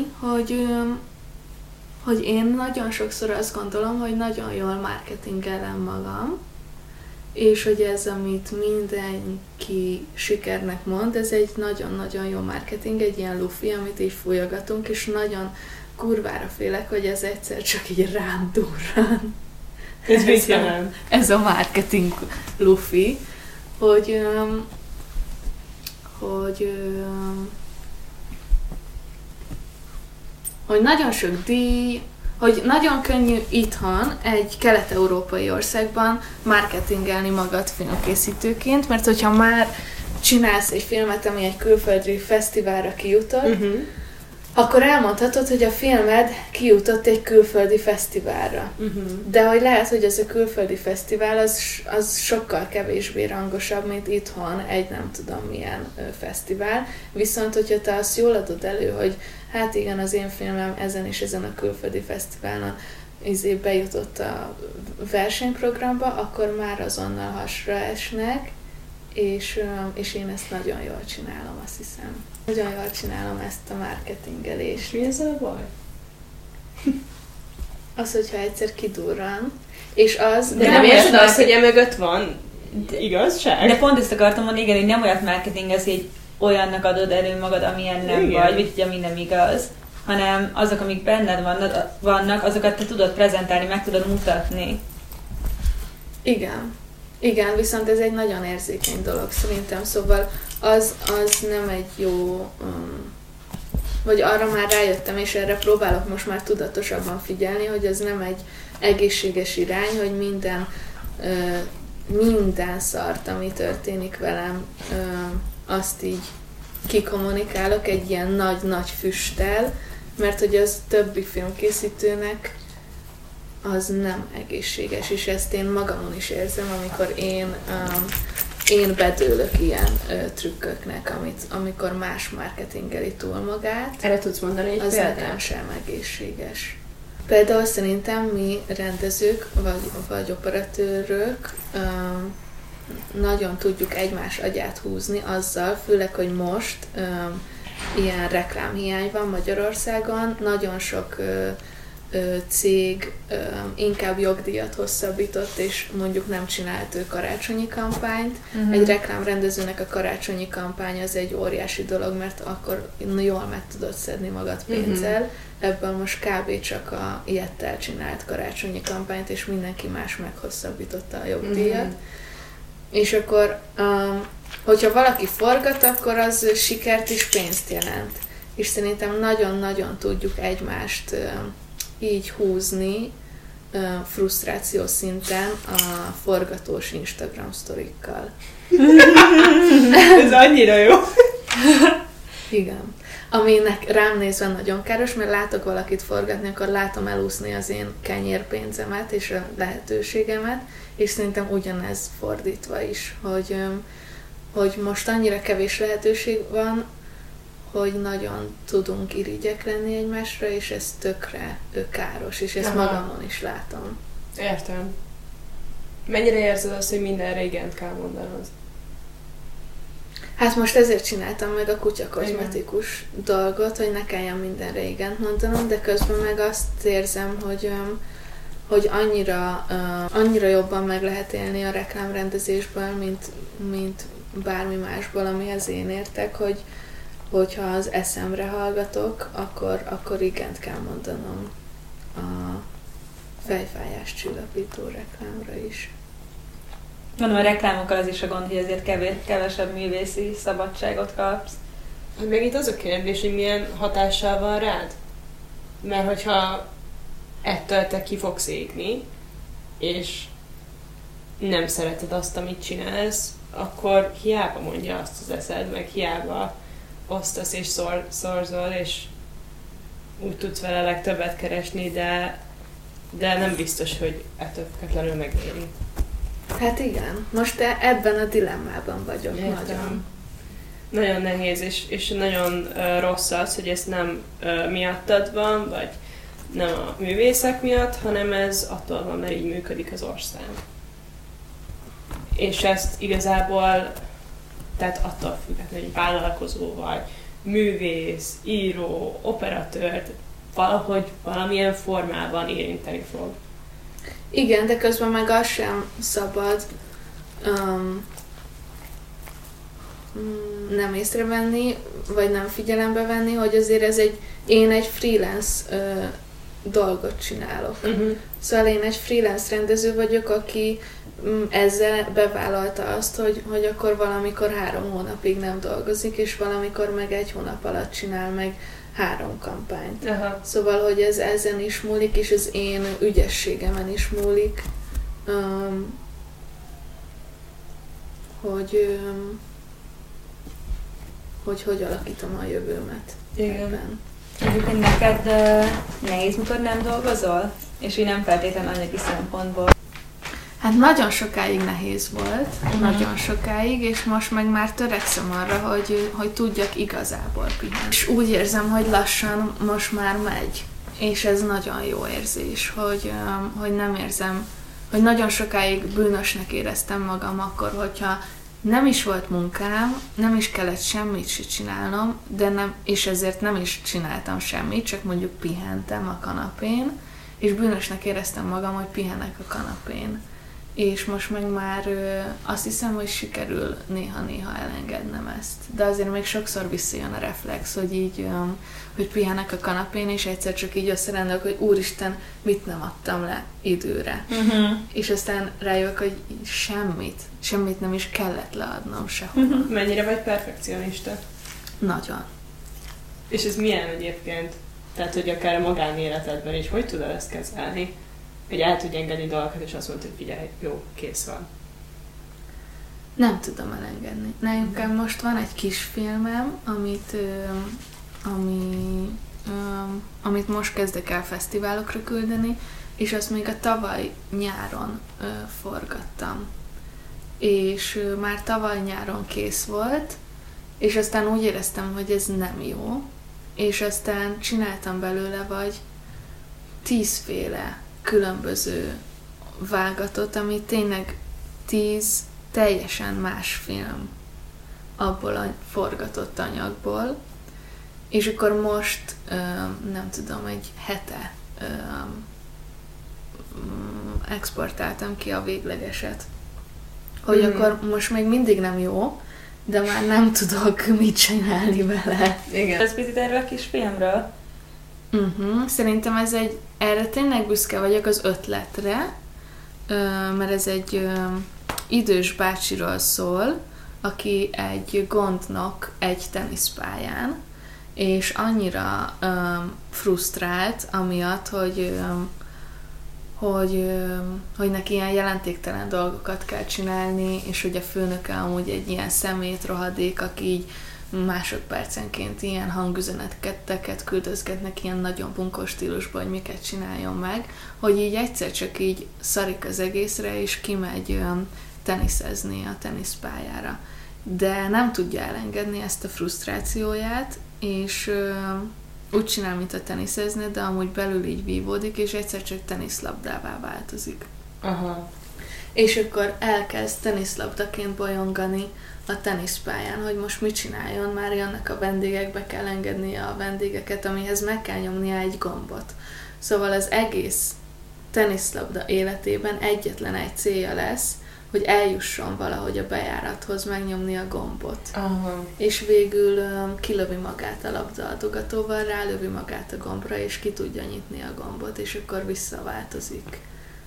hogy én nagyon sokszor azt gondolom, hogy nagyon jól marketingelem magam, és hogy ez, amit mindenki sikernek mond, ez egy nagyon-nagyon jó marketing, egy ilyen lufi, amit így fújogatunk, és nagyon kurvára félek, hogy ez egyszer csak így rám durran. Ez mit jelent? Ez a marketing lufi, hogy nagyon sok díj, hogy nagyon könnyű itthon, egy kelet-európai országban marketingelni magad filmkészítőként, mert hogyha már csinálsz egy filmet, ami egy külföldi fesztiválra kijutott, akkor elmondhatod, hogy a filmed kijutott egy külföldi fesztiválra. De hogy lehet, hogy ez a külföldi fesztivál az sokkal kevésbé rangosabb, mint itthon egy nem tudom milyen fesztivál. Viszont, hogyha te azt jól adod elő, hogy hát igen, az én filmem ezen és ezen a külföldi fesztiválon bejutott a versenyprogramba, akkor már azonnal hasra esnek, és én ezt nagyon jól csinálom, azt hiszem. Nagyon jól csinálom ezt a marketingelést. Mi ezzel a baj? Az, hogyha egyszer kidurran, és az... De nem érzed azt, hogy emögött van igazság? De pont ezt akartam mondani, igen, hogy nem olyat marketingez, hogy olyannak adod elő magad, amilyen nem vagy, vagy ami nem igaz, hanem azok, amik benned vannak, azokat te tudod prezentálni, meg tudod mutatni. Igen, viszont ez egy nagyon érzékeny dolog szerintem, szóval az nem egy jó, vagy arra már rájöttem, és erre próbálok most már tudatosabban figyelni, hogy ez nem egy egészséges irány, hogy minden szart, ami történik velem, azt így kikommunikálok egy ilyen nagy-nagy füsttel, mert hogy az többi filmkészítőnek az nem egészséges, és ezt én magamon is érzem, amikor én bedőlök ilyen trükköknek, amikor más marketingeli túl magát. Erre tudsz mondani egy példát? Az nekem sem egészséges. Például szerintem mi rendezők, vagy operatőrök nagyon tudjuk egymás agyát húzni azzal, főleg, hogy most ilyen reklámhiány van Magyarországon, nagyon sok cég inkább jogdíjat hosszabbított, és mondjuk nem csinált ő karácsonyi kampányt. Egy reklámrendezőnek a karácsonyi kampány az egy óriási dolog, mert akkor jól meg tudod szedni magad pénzzel. Ebből most kb. Csak a Jettel csinált karácsonyi kampányt, és mindenki más meghosszabbította a jogdíjat. És akkor, hogyha valaki forgat, akkor az sikert és pénzt jelent. És szerintem nagyon-nagyon tudjuk egymást így húzni frusztráció szinten a forgatós Instagram sztorikkal. Ez annyira jó. Igen. Aminek rám nézve nagyon káros, mert látok valakit forgatni, akkor látom elúszni az én kenyérpénzemet és a lehetőségemet, és szerintem ugyanez fordítva is, hogy most annyira kevés lehetőség van, hogy nagyon tudunk irigyek lenni egymásra, és ez tökre káros, és ezt magamon is látom. Értem. Mennyire érzed azt, hogy mindenre igent kell mondanod? Hát most ezért csináltam meg a kutyakozmetikus dolgot, hogy ne kelljen mindenre igent mondanom, de közben meg azt érzem, hogy annyira jobban meg lehet élni a reklámrendezésből, mint bármi másból, amihez én értek, hogyha az eszemre hallgatok, akkor igent kell mondanom a fejfájás csillapító reklámra is. Mondom, a reklámokkal az is a gond, hogy ezért kevesebb művészi szabadságot kapsz. Meg itt az a kérdés, hogy milyen hatással van rád? Mert hogyha ettől te ki fogsz égni, és nem szereted azt, amit csinálsz, akkor hiába mondja azt az eszed, meg hiába osztasz és szorzol, és úgy tudsz vele legtöbbet keresni, de nem biztos, hogy ettől függetlenül megéri. Hát igen, most ebben a dilemmában vagyok. Nagyon. Nagyon nehéz, és nagyon rossz az, hogy ez nem miattad van, vagy nem a művészek miatt, hanem ez attól van, mert így működik az ország. És ezt igazából, tehát attól függetlenül, hogy vállalkozó vagy, művész, író, operatőr, valahogy valamilyen formában érinteni fog. Igen, de közben meg az sem szabad nem észrevenni, vagy nem figyelembe venni, hogy azért én egy freelance dolgot csinálok. Szóval én egy freelance rendező vagyok, aki ezzel bevállalta azt, hogy akkor valamikor 3 hónapig nem dolgozik, és valamikor meg 1 hónap alatt csinál meg 3 kampányt. Aha. Szóval, hogy ez ezen is múlik, és az én ügyességemen is múlik, hogy alakítom a jövőmet. Igen. Ebben. Egyébként neked nehéz, mikor nem dolgozol? És így nem feltétlenül anyagi szempontból. Hát nagyon sokáig nehéz volt, nagyon sokáig, és most meg már törekszem arra, hogy tudjak igazából pihenni. És úgy érzem, hogy lassan most már megy, és ez nagyon jó érzés, hogy nem érzem, hogy nagyon sokáig bűnösnek éreztem magam akkor, hogyha nem is volt munkám, nem is kellett semmit se csinálnom, és ezért nem is csináltam semmit, csak mondjuk pihentem a kanapén, és bűnösnek éreztem magam, hogy pihenek a kanapén. És most meg már azt hiszem, hogy sikerül néha-néha elengednem ezt. De azért még sokszor visszajön a reflex, hogy így, hogy pihenek a kanapén, és egyszer csak így összerendelek, hogy úristen, mit nem adtam le időre. És aztán rájövök, hogy semmit nem is kellett leadnom sehova. Mennyire vagy perfekcionista? Nagyon. És ez milyen egyébként? Tehát, hogy akár a magánéletedben is, hogy tudod ezt kezelni? Hogy el tudj engedni dolgokat, és azt mondod, hogy figyelj, jó, kész van. Nem tudom elengedni. Nekem most van egy kisfilmem, amit most kezdek el fesztiválokra küldeni, és azt még a tavaly nyáron forgattam. És már tavaly nyáron kész volt, és aztán úgy éreztem, hogy ez nem jó, és aztán csináltam belőle vagy 10 féle különböző vágatot, ami tényleg 10 teljesen más film abból a forgatott anyagból, és akkor most, nem tudom, egy hete exportáltam ki a véglegeset. Hogy akkor most még mindig nem jó, de már nem tudok mit csinálni vele. Igen. Ez picit erről a kis filmről? Szerintem erre tényleg büszke vagyok az ötletre, mert ez egy idős bácsiról szól, aki egy gondnok egy teniszpályán, és annyira frusztrált amiatt, hogy neki ilyen jelentéktelen dolgokat kell csinálni, és hogy a főnöke amúgy egy ilyen szemét rohadék, aki így másodpercenként ilyen hangüzeneteket küldözgetnek ilyen nagyon bunkós stílusban, hogy miket csináljon meg, hogy így egyszer csak így szarik az egészre, és kimegy teniszezni a teniszpályára. De nem tudja elengedni ezt a frusztrációját, és úgy csinál, mint a teniszezne, de amúgy belül így vívódik, és egyszer csak teniszlabdává változik. Aha. és akkor elkezd teniszlabdaként bolyongani a teniszpályán, hogy most mit csináljon, már jönnek a vendégek, be kell engednie a vendégeket, amihez meg kell nyomnia egy gombot. Szóval az egész teniszlabda életében egyetlen egy célja lesz, hogy eljusson valahogy a bejárathoz megnyomni a gombot. Aha. És végül kilövi magát a labdaadogatóval, rálövi magát a gombra, és ki tudja nyitni a gombot, és akkor visszaváltozik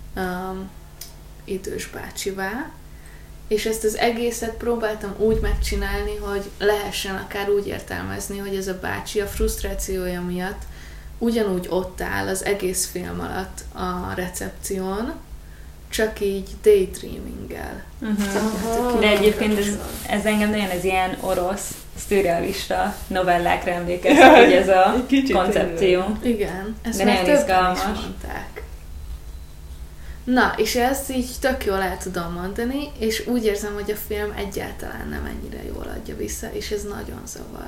idős bácsivá. És ezt az egészet próbáltam úgy megcsinálni, hogy lehessen akár úgy értelmezni, hogy ez a bácsi a frusztrációja miatt ugyanúgy ott áll az egész film alatt a recepción, csak így daydreaming-el. De egyébként ez engem nagyon az ilyen orosz, szürrealista novellákra emlékeztet, hogy ez a koncepció. Igen, ezt de már többen izgalmas. is mondták. Na, és ezt így tök jól el tudom mondani, és úgy érzem, hogy a film egyáltalán nem ennyire jól adja vissza, és ez nagyon zavar.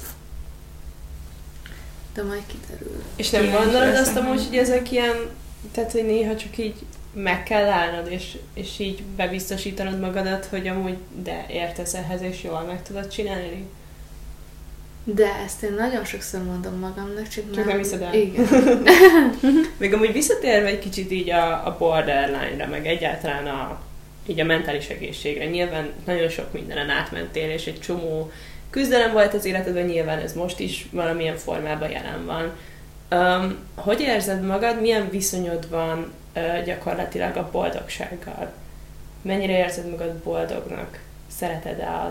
De majd kiderül. És nem gondolod azt amúgy, hogy ezek ilyen, tehát hogy néha csak így meg kell állnod, és így bebiztosítanod magadat, hogy amúgy de értesz ehhez, és jól meg tudod csinálni? De ezt én nagyon sokszor mondom magamnak, csak nem hiszed el. Igen. Még amúgy visszatérve egy kicsit így a borderline-ra, meg egyáltalán így a mentális egészségre. Nyilván nagyon sok mindenen átmentél, és egy csomó küzdelem volt az életedben, nyilván ez most is valamilyen formában jelen van. Hogy érzed magad, milyen viszonyod van gyakorlatilag a boldogsággal? Mennyire érzed magad boldognak? Szereted-e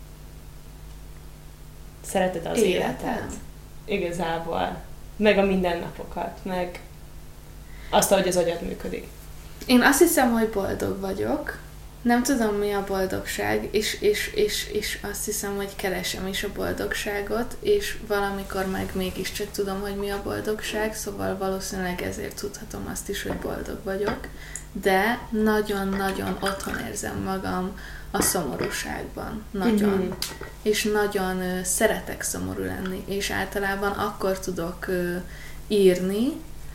az életet? Igazából. Meg a mindennapokat, meg azt, ahogy az agyad működik. Én azt hiszem, hogy boldog vagyok. Nem tudom, mi a boldogság, és azt hiszem, hogy keresem is a boldogságot, és valamikor meg mégiscsak tudom, hogy mi a boldogság, szóval valószínűleg ezért tudhatom azt is, hogy boldog vagyok, de nagyon-nagyon otthon érzem magam a szomorúságban. Nagyon. Mm-hmm. És nagyon szeretek szomorú lenni, és általában akkor tudok írni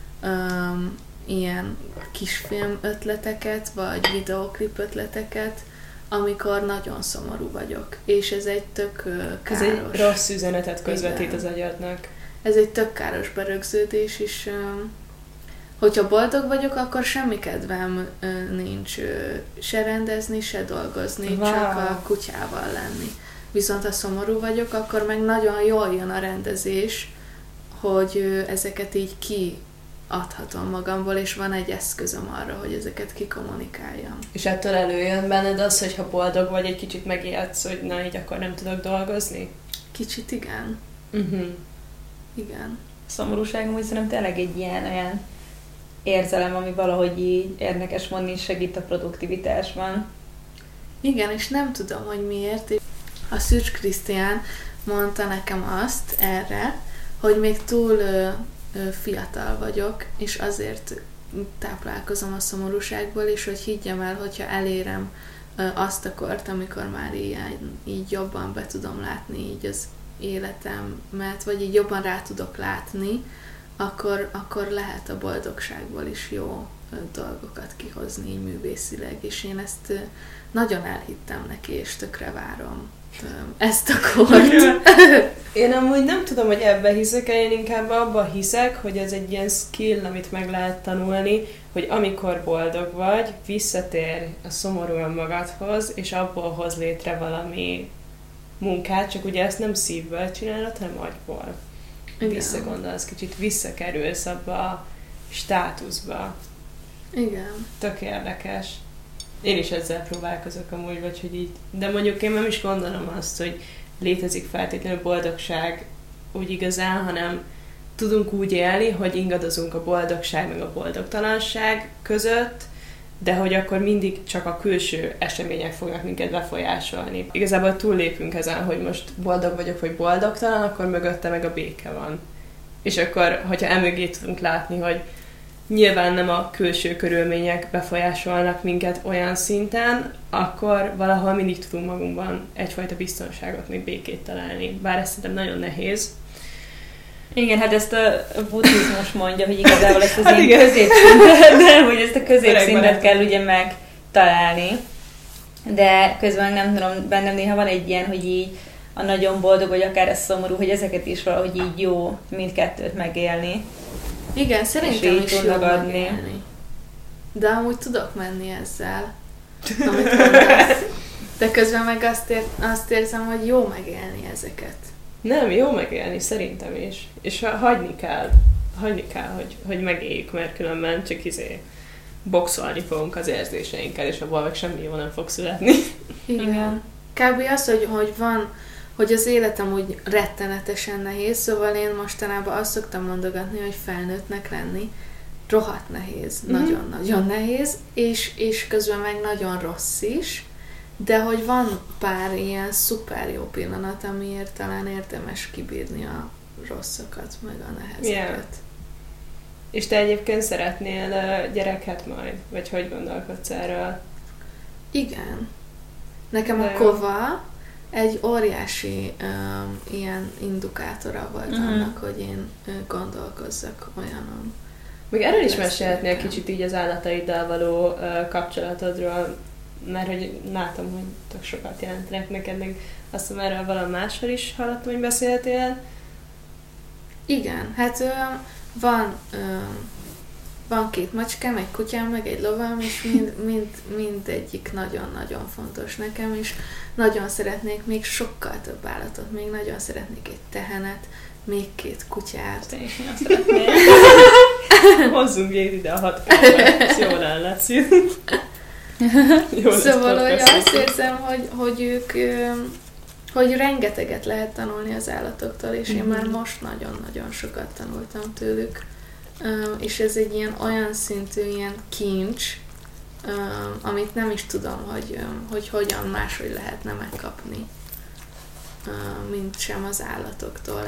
ilyen kisfilm ötleteket, vagy videóklip ötleteket, amikor nagyon szomorú vagyok. És ez egy tök káros... Ez egy rossz üzenetet közvetít az agyadnak. Ez egy tök káros berögződés, és hogyha boldog vagyok, akkor semmi kedvem nincs se rendezni, se dolgozni, wow. Csak a kutyával lenni. Viszont ha szomorú vagyok, akkor meg nagyon jól jön a rendezés, hogy ezeket így kiadhatom magamból, és van egy eszközöm arra, hogy ezeket kikommunikáljam. És ettől előjön benned az, hogy ha boldog vagy, egy kicsit megijedsz, hogy na, így akkor nem tudok dolgozni? Kicsit igen. Uh-huh. Igen. A szomorúságom, hogy szerintem tényleg egy ilyen érzelem, ami valahogy így érdekes mondani, segít a produktivitásban. Igen, és nem tudom, hogy miért. A Szűcs Krisztián mondta nekem azt erre, hogy még túl fiatal vagyok, és azért táplálkozom a szomorúságból, és hogy higgyem el, hogyha elérem azt a kort, amikor már így jobban be tudom látni így az életemet, vagy így jobban rá tudok látni, akkor lehet a boldogságból is jó dolgokat kihozni így művészileg, és én ezt nagyon elhittem neki, és tökre várom ezt a kort. Én amúgy nem tudom, hogy ebbe hiszek, én inkább abba hiszek, hogy ez egy ilyen skill, amit meg lehet tanulni, hogy amikor boldog vagy, visszatér a szomorúan magadhoz, és abból hoz létre valami munkát, csak ugye ezt nem szívből csinálod, hanem agyból. Visszagondolsz, kicsit visszakerülsz abba a státuszba. Igen. Tök érdekes. Én is ezzel próbálkozok amúgy, vagy hogy így. De mondjuk én nem is gondolom azt, hogy létezik feltétlenül boldogság úgy igazán, hanem tudunk úgy élni, hogy ingadozunk a boldogság meg a boldogtalanság között, de hogy akkor mindig csak a külső események fognak minket befolyásolni. Igazából túllépünk ezen, hogy most boldog vagyok, vagy boldogtalan, akkor mögötte meg a béke van. És akkor, hogyha emögé tudunk látni, hogy nyilván nem a külső körülmények befolyásolnak minket olyan szinten, akkor valahol mindig tudunk magunkban egyfajta biztonságot, még békét találni. Bár ez szerintem nagyon nehéz. Igen, hát ezt a buddhizmus mondja, hogy igazából ezt az ilyen középszintet, de hogy ezt a középszintet kell ugye találni. De közben nem tudom, bennem néha van egy ilyen, hogy így a nagyon boldog, vagy akár a szomorú, hogy ezeket is valahogy így jó mindkettőt megélni. Igen, szerintem így is jó tudnak adni. megélni. De amúgy tudok menni ezzel, amit mondasz. De közben meg azt érzem, hogy jó megélni ezeket. Nem, jó megélni, szerintem is. És hagyni kell, hogy megéljük, mert különben csak boxolni fogunk az érzéseinkkel, és abból meg semmi jó nem fog születni. Igen. Kb. Az, hogy az életem úgy rettenetesen nehéz, szóval én mostanában azt szoktam mondogatni, hogy felnőttnek lenni rohadt nehéz, nagyon-nagyon nehéz, és közben meg nagyon rossz is, de hogy van pár ilyen szuper jó pillanat, amiért talán érdemes kibírni a rosszakat, meg a nehezeket. Yeah. És te egyébként szeretnél gyereket majd? Vagy hogy gondolkodsz erről? Igen. Nekem a kova egy óriási ilyen indukátora volt annak, hogy én gondolkozzak olyanon. Még erről is mesélhetnél kicsit így az állataiddal való kapcsolatodról, mert hogy látom, hogy tök sokat jelentenek neked, meg azt hiszem erről valami máshol is hallottam, hogy beszéltél. Igen, hát van 2 macskám, egy kutyám, meg egy lovam, és mindegyik nagyon-nagyon fontos nekem, és nagyon szeretnék még sokkal több állatot, még nagyon szeretnék egy tehenet, még 2 kutyát. Te is nagyon szeretnél. Hozzunk ide a 6 percet, jól el lesz. Szóval, hogy azt érzem, hogy ők, hogy rengeteget lehet tanulni az állatoktól, és én már most nagyon-nagyon sokat tanultam tőlük. És ez egy ilyen olyan szintű ilyen kincs, amit nem is tudom, hogy hogyan máshogy lehetne megkapni, mint sem az állatoktól.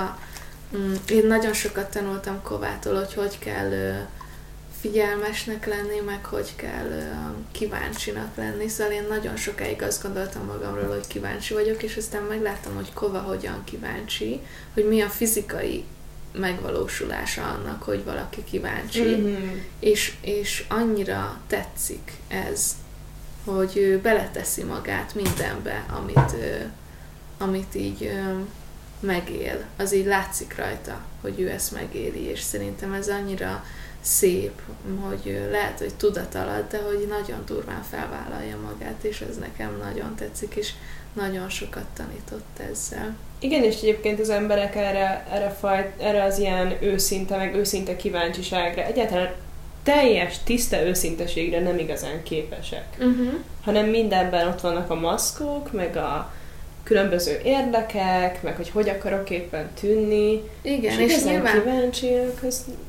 Én nagyon sokat tanultam Kovától, hogy kell figyelmesnek lenni, meg hogy kell kíváncsinak lenni. Szóval én nagyon sokáig azt gondoltam magamról, hogy kíváncsi vagyok, és aztán megláttam, hogy Kova hogyan kíváncsi, hogy mi a fizikai megvalósulása annak, hogy valaki kíváncsi. És annyira tetszik ez, hogy ő beleteszi magát mindenbe, amit így megél. Az így látszik rajta, hogy ő ezt megéli, és szerintem ez annyira szép, hogy lehet, hogy tudat alatt, de hogy nagyon durván felvállalja magát, és ez nekem nagyon tetszik, és nagyon sokat tanított ezzel. Igen, és egyébként az emberek erre az ilyen őszinte, meg őszinte kíváncsiságra, egyáltalán teljes, tiszta őszinteségre nem igazán képesek. Hanem mindenben ott vannak a maszkok, meg a különböző érdekek, meg hogy akarok éppen tűnni. Igen, és nyilván kíváncsiak,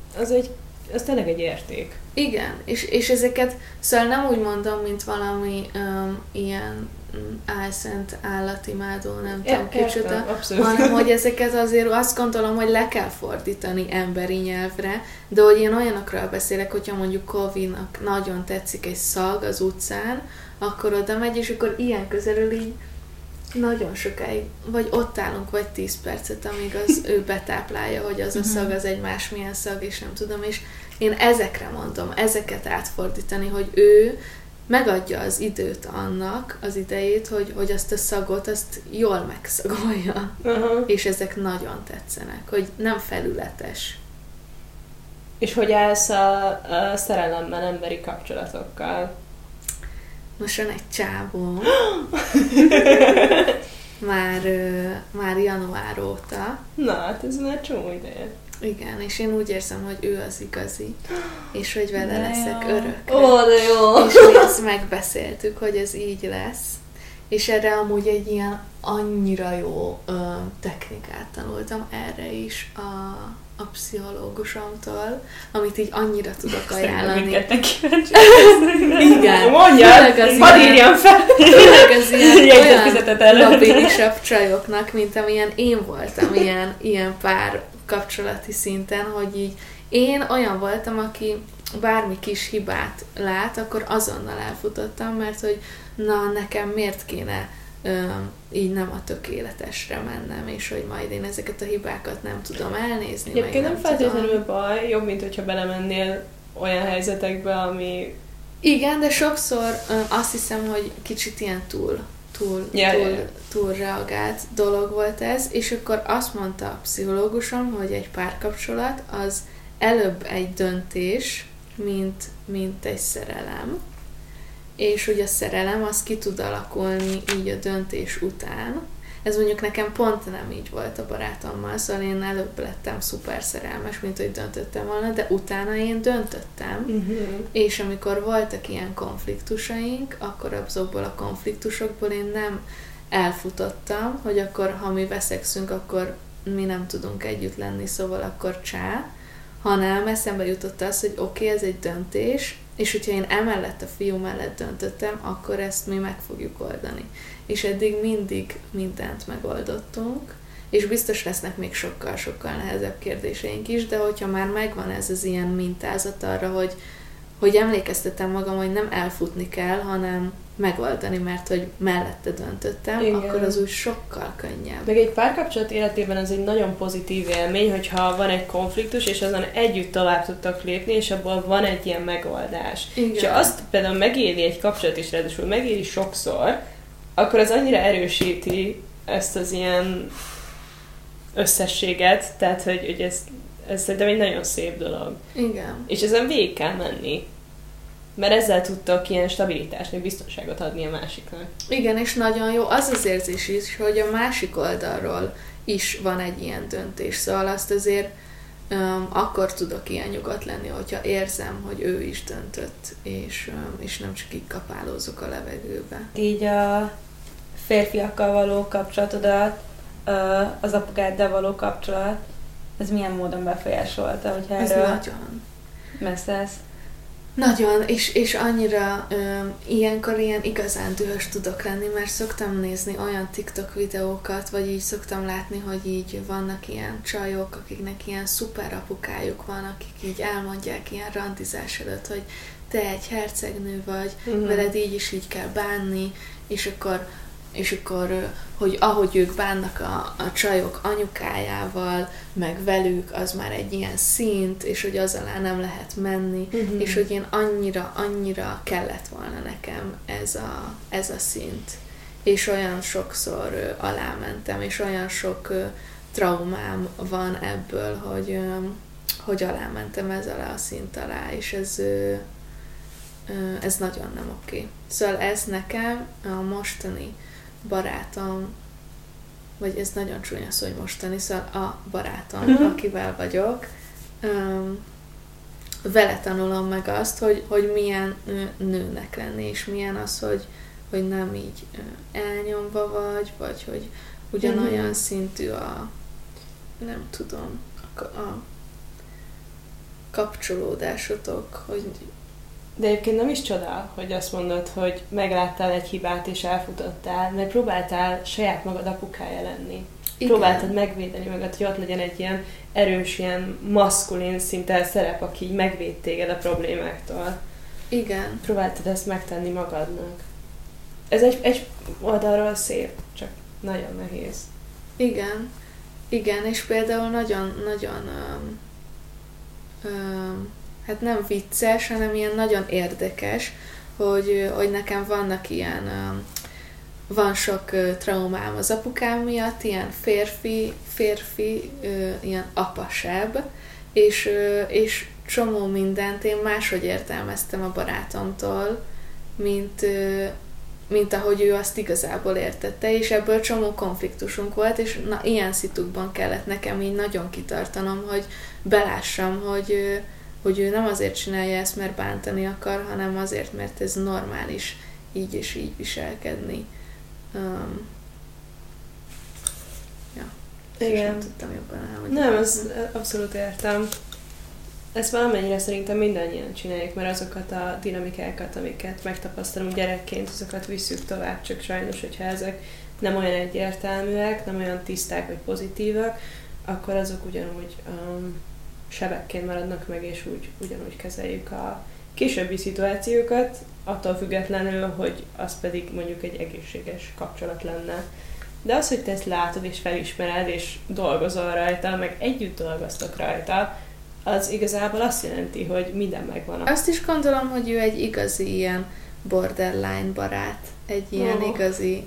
az tényleg egy érték. Igen, és ezeket, szóval nem úgy mondom, mint valami ilyen álszent állatimádó, nem tudom kicsoda, hanem hogy ezeket azért azt gondolom, hogy le kell fordítani emberi nyelvre, de hogy én olyanokról beszélek, hogyha mondjuk Kovinak nagyon tetszik egy szag az utcán, akkor oda megy, és akkor ilyen közelül így nagyon sokáig, vagy ott állunk, vagy 10 percet, amíg az ő betáplálja, hogy az a szag az egy másmilyen szag, és nem tudom, és én ezekre mondom, ezeket átfordítani, hogy ő megadja az időt annak, az idejét, hogy azt a szagot, azt jól megszagolja. És ezek nagyon tetszenek, hogy nem felületes. És hogy állsz a szerelemmel, emberi kapcsolatokkal? Most van egy csávó. már január óta. Na, hát ez már csomó ideje. Igen, és én úgy érzem, hogy ő az igazi, és hogy vele leszek örökre. Ó, de jó! És mi ezt megbeszéltük, hogy ez így lesz. És erre amúgy egy ilyen annyira jó technikát tanultam erre is a pszichológusomtól, amit így annyira tudok ajánlani. Igen. Mondjad, hadd írjam fel! Tényleg az ilyen olyan labilisabb csajoknak, mint amilyen én voltam ilyen pár kapcsolati szinten, hogy így én olyan voltam, aki bármi kis hibát lát, akkor azonnal elfutottam, mert hogy nekem miért kéne így nem a tökéletesre mennem, és hogy majd én ezeket a hibákat nem tudom elnézni. Egyébként nem feltétlenül baj, jobb, mint hogyha belemennél olyan helyzetekbe, ami Igen, de sokszor azt hiszem, hogy kicsit ilyen túl reagált dolog volt ez, és akkor azt mondta a pszichológusom, hogy egy párkapcsolat az előbb egy döntés, mint egy szerelem, és hogy a szerelem az ki tud alakulni így a döntés után. Ez mondjuk nekem pont nem így volt a barátommal, szóval én előbb lettem szuper szerelmes, mint hogy döntöttem volna, de utána én döntöttem, és amikor voltak ilyen konfliktusaink, akkor azokból a konfliktusokból én nem elfutottam, hogy akkor, ha mi veszekszünk, akkor mi nem tudunk együtt lenni, szóval akkor csá, hanem eszembe jutott az, hogy oké, ez egy döntés, és hogyha én emellett a fiú mellett döntöttem, akkor ezt mi meg fogjuk oldani. És eddig mindig mindent megoldottunk, és biztos lesznek még sokkal-sokkal nehezebb kérdéseink is, de hogyha már megvan ez az ilyen mintázat arra, hogy emlékeztetem magam, hogy nem elfutni kell, hanem megoldani, mert hogy mellette döntöttem, igen, akkor az úgy sokkal könnyebb. Meg egy párkapcsolat életében ez egy nagyon pozitív élmény, hogyha van egy konfliktus, és azon együtt tovább tudtak lépni, és abból van egy ilyen megoldás. Igen. És ha azt például megéli egy kapcsolat, és ráadásul megéli sokszor, akkor az annyira erősíti ezt az ilyen összességet, tehát hogy ez szerintem egy nagyon szép dolog. Igen. És ezen végig kell menni. Mert ezzel tudtak ilyen stabilitást, meg biztonságot adni a másiknak. Igen, és nagyon jó az az érzés is, hogy a másik oldalról is van egy ilyen döntés. Szóval azt azért akkor tudok ilyen nyugodt lenni, hogyha érzem, hogy ő is döntött, és nem csak így kapálózok a levegőbe. Így a férfiakkal való kapcsolatodat, az apukáddal való kapcsolat, ez milyen módon befolyásolta, hogyha ez erről nagyon beszélsz? Nagyon, és annyira ilyenkor ilyen igazán dühös tudok lenni, mert szoktam nézni olyan TikTok videókat, vagy így szoktam látni, hogy így vannak ilyen csajok, akiknek ilyen szuper apukájuk van, akik így elmondják ilyen randizás előtt, hogy te egy hercegnő vagy, veled így is így kell bánni, és akkor hogy ahogy ők bánnak a csajok anyukájával, meg velük, az már egy ilyen szint, és hogy az alá nem lehet menni, és hogy én annyira kellett volna nekem ez a szint. És olyan sokszor alámentem, és olyan sok traumám van ebből, hogy alámentem ez alá a szint alá, és ez nagyon nem oké. Szóval ez nekem a mostani barátom, vagy ez nagyon csúnya szó, hogy mostani, szóval a barátom, akivel vagyok, vele tanulom meg azt, hogy milyen nőnek lenni, és milyen az, hogy nem így elnyomva vagy hogy ugyanolyan szintű nem tudom, a kapcsolódásotok, hogy de egyébként nem is csoda, hogy azt mondod, hogy megláttál egy hibát és elfutottál, mert próbáltál saját magad apukája lenni. Igen. Próbáltad megvédeni magad, hogy ott legyen egy ilyen erős, ilyen maszkulin szinten szerep, aki így megvéd téged a problémáktól. Igen. Próbáltad ezt megtenni magadnak. Ez egy oldalról szép, csak nagyon nehéz. Igen, és például nagyon hát nem vicces, hanem ilyen nagyon érdekes, hogy nekem vannak ilyen, van sok traumám az apukám miatt, ilyen férfi, ilyen apasebb, és csomó mindent én máshogy értelmeztem a barátomtól, mint ahogy ő azt igazából értette, és ebből csomó konfliktusunk volt, és ilyen szitukban kellett nekem így nagyon kitartanom, hogy belássam, hogy ő nem azért csinálja ezt, mert bántani akar, hanem azért, mert ez normális így és így viselkedni. Igen. Nem tudtam jobban elmondani. Nem, ezt abszolút értem. Ezt valamennyire szerintem mindannyian csináljuk, mert azokat a dinamikákat, amiket megtapasztalunk gyerekként, azokat visszük tovább, csak sajnos, hogyha ezek nem olyan egyértelműek, nem olyan tiszták vagy pozitívak, akkor azok ugyanúgy sebekként maradnak meg, és ugyanúgy kezeljük a későbbi szituációkat, attól függetlenül, hogy az pedig mondjuk egy egészséges kapcsolat lenne. De az, hogy te ezt látod és felismered, és dolgozol rajta, meg együtt dolgoztok rajta, az igazából azt jelenti, hogy minden megvan. Azt is gondolom, hogy ő egy igazi ilyen borderline barát, egy ilyen igazi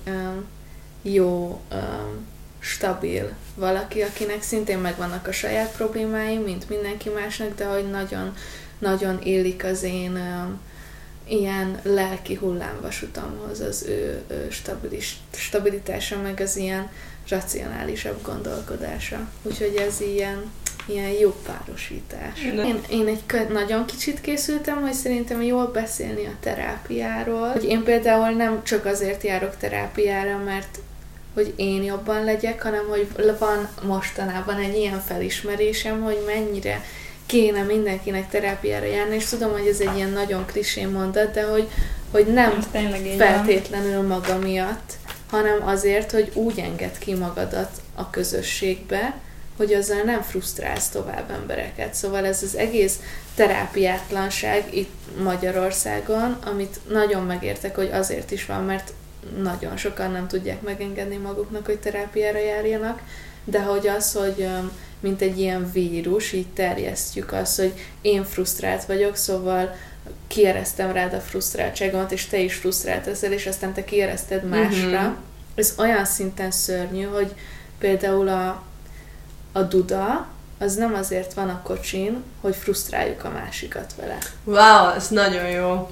jó, stabil valaki, akinek szintén megvannak a saját problémái, mint mindenki másnak, de hogy nagyon, nagyon illik az én ilyen lelki hullámvasutamhoz az ő stabilitása, meg az ilyen racionálisabb gondolkodása. Úgyhogy ez ilyen jó párosítás. Én egy nagyon kicsit készültem, hogy szerintem jól beszélni a terápiáról. Hogy én például nem csak azért járok terápiára, mert hogy én jobban legyek, hanem hogy van mostanában egy ilyen felismerésem, hogy mennyire kéne mindenkinek terápiára járni, és tudom, hogy ez egy ilyen nagyon klisé mondat, de hogy nem feltétlenül maga miatt, hanem azért, hogy úgy engedd ki magadat a közösségbe, hogy azzal nem frusztrálsz tovább embereket. Szóval ez az egész terápiátlanság itt Magyarországon, amit nagyon megértek, hogy azért is van, mert nagyon sokan nem tudják megengedni maguknak, hogy terápiára járjanak, de hogy az, hogy mint egy ilyen vírus, így terjesztjük azt, hogy én frusztrált vagyok, szóval kieresztem rád a frusztráltságomat, és te is frusztrált leszel, és aztán te kiereszted másra. Ez olyan szinten szörnyű, hogy például a duda, az nem azért van a kocsin, hogy frusztráljuk a másikat vele. Wow, ez nagyon jó.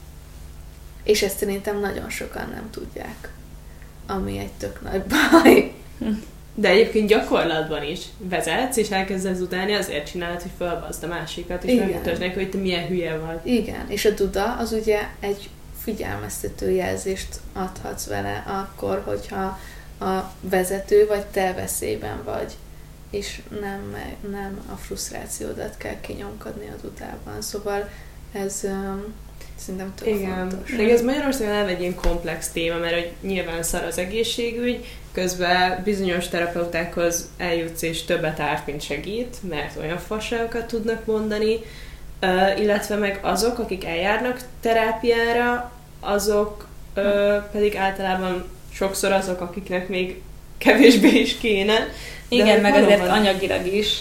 És ezt szerintem nagyon sokan nem tudják, ami egy tök nagy baj. De egyébként gyakorlatban is vezetsz, és elkezdesz utálni, azért csinálod, hogy felbaszd a másikat, és megmutasd neki, hogy te milyen hülye vagy. Igen, és a duda az ugye egy figyelmeztető jelzést adhatsz vele akkor, hogyha a vezető vagy te veszélyben vagy, és nem a frusztrációdat kell kinyomkodni a dudában. Szóval ez szerintem tök fontos. Igen, ez Magyarországon elve egy ilyen komplex téma, mert hogy nyilván szar az egészségügy, közben bizonyos terapeutákhoz eljutsz és többet árt, mint segít, mert olyan fasságokat tudnak mondani, illetve meg azok, akik eljárnak terápiára, azok pedig általában sokszor azok, akiknek még kevésbé is kéne. Igen, meg valóban azért anyagilag is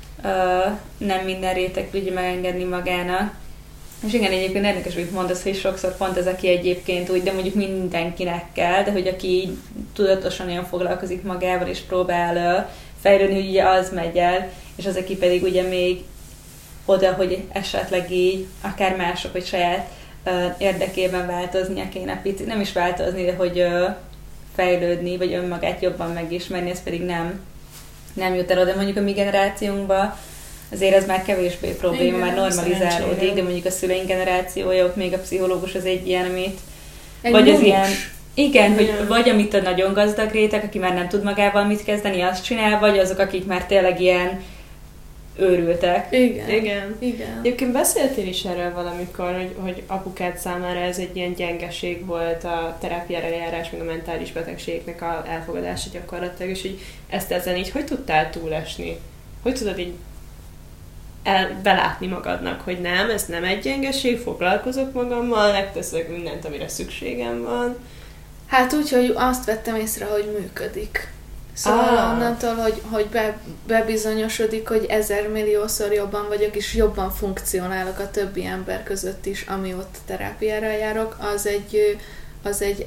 nem minden réteg tudja megengedni magának. És igen, egyébként érdekes, hogy mondasz, hogy sokszor pont ez, aki egyébként úgy, de mondjuk mindenkinek kell, de hogy aki így tudatosan olyan foglalkozik magával, és próbál fejlődni, hogy ugye az megy el, és az, aki pedig ugye még oda, hogy esetleg így, akár mások, hogy saját érdekében változnia kéne picit, nem is változni, de hogy fejlődni, vagy önmagát jobban megismerni, ez pedig nem jut el oda. Mondjuk a mi generációnkban azért ez már kevésbé probléma, már normalizálódik, de mondjuk a szüleink generációja, ott még a pszichológus az egy ilyen, amit vagy az ilyen, igen, hogy vagy amit a nagyon gazdag réteg, aki már nem tud magával mit kezdeni, azt csinál, vagy azok, akik már tényleg ilyen őrültek. Igen. Egyébként beszéltél is erről valamikor, hogy apukád számára ez egy ilyen gyengeség volt a terápiára járás, meg a mentális betegségeknek a elfogadása gyakorlatilag, és hogy ezt ezen így hogy tudtál túlesni? Hogy tudod így belátni magadnak, hogy nem, ez nem egy gyengeség, foglalkozok magammal, megteszek mindent, amire szükségem van. Hát úgy, hogy azt vettem észre, hogy működik. Szóval onnantól, hogy bebizonyosodik, hogy 1000 milliószor jobban vagyok, és jobban funkcionálok a többi ember között is, ami ott terápiára járok, az egy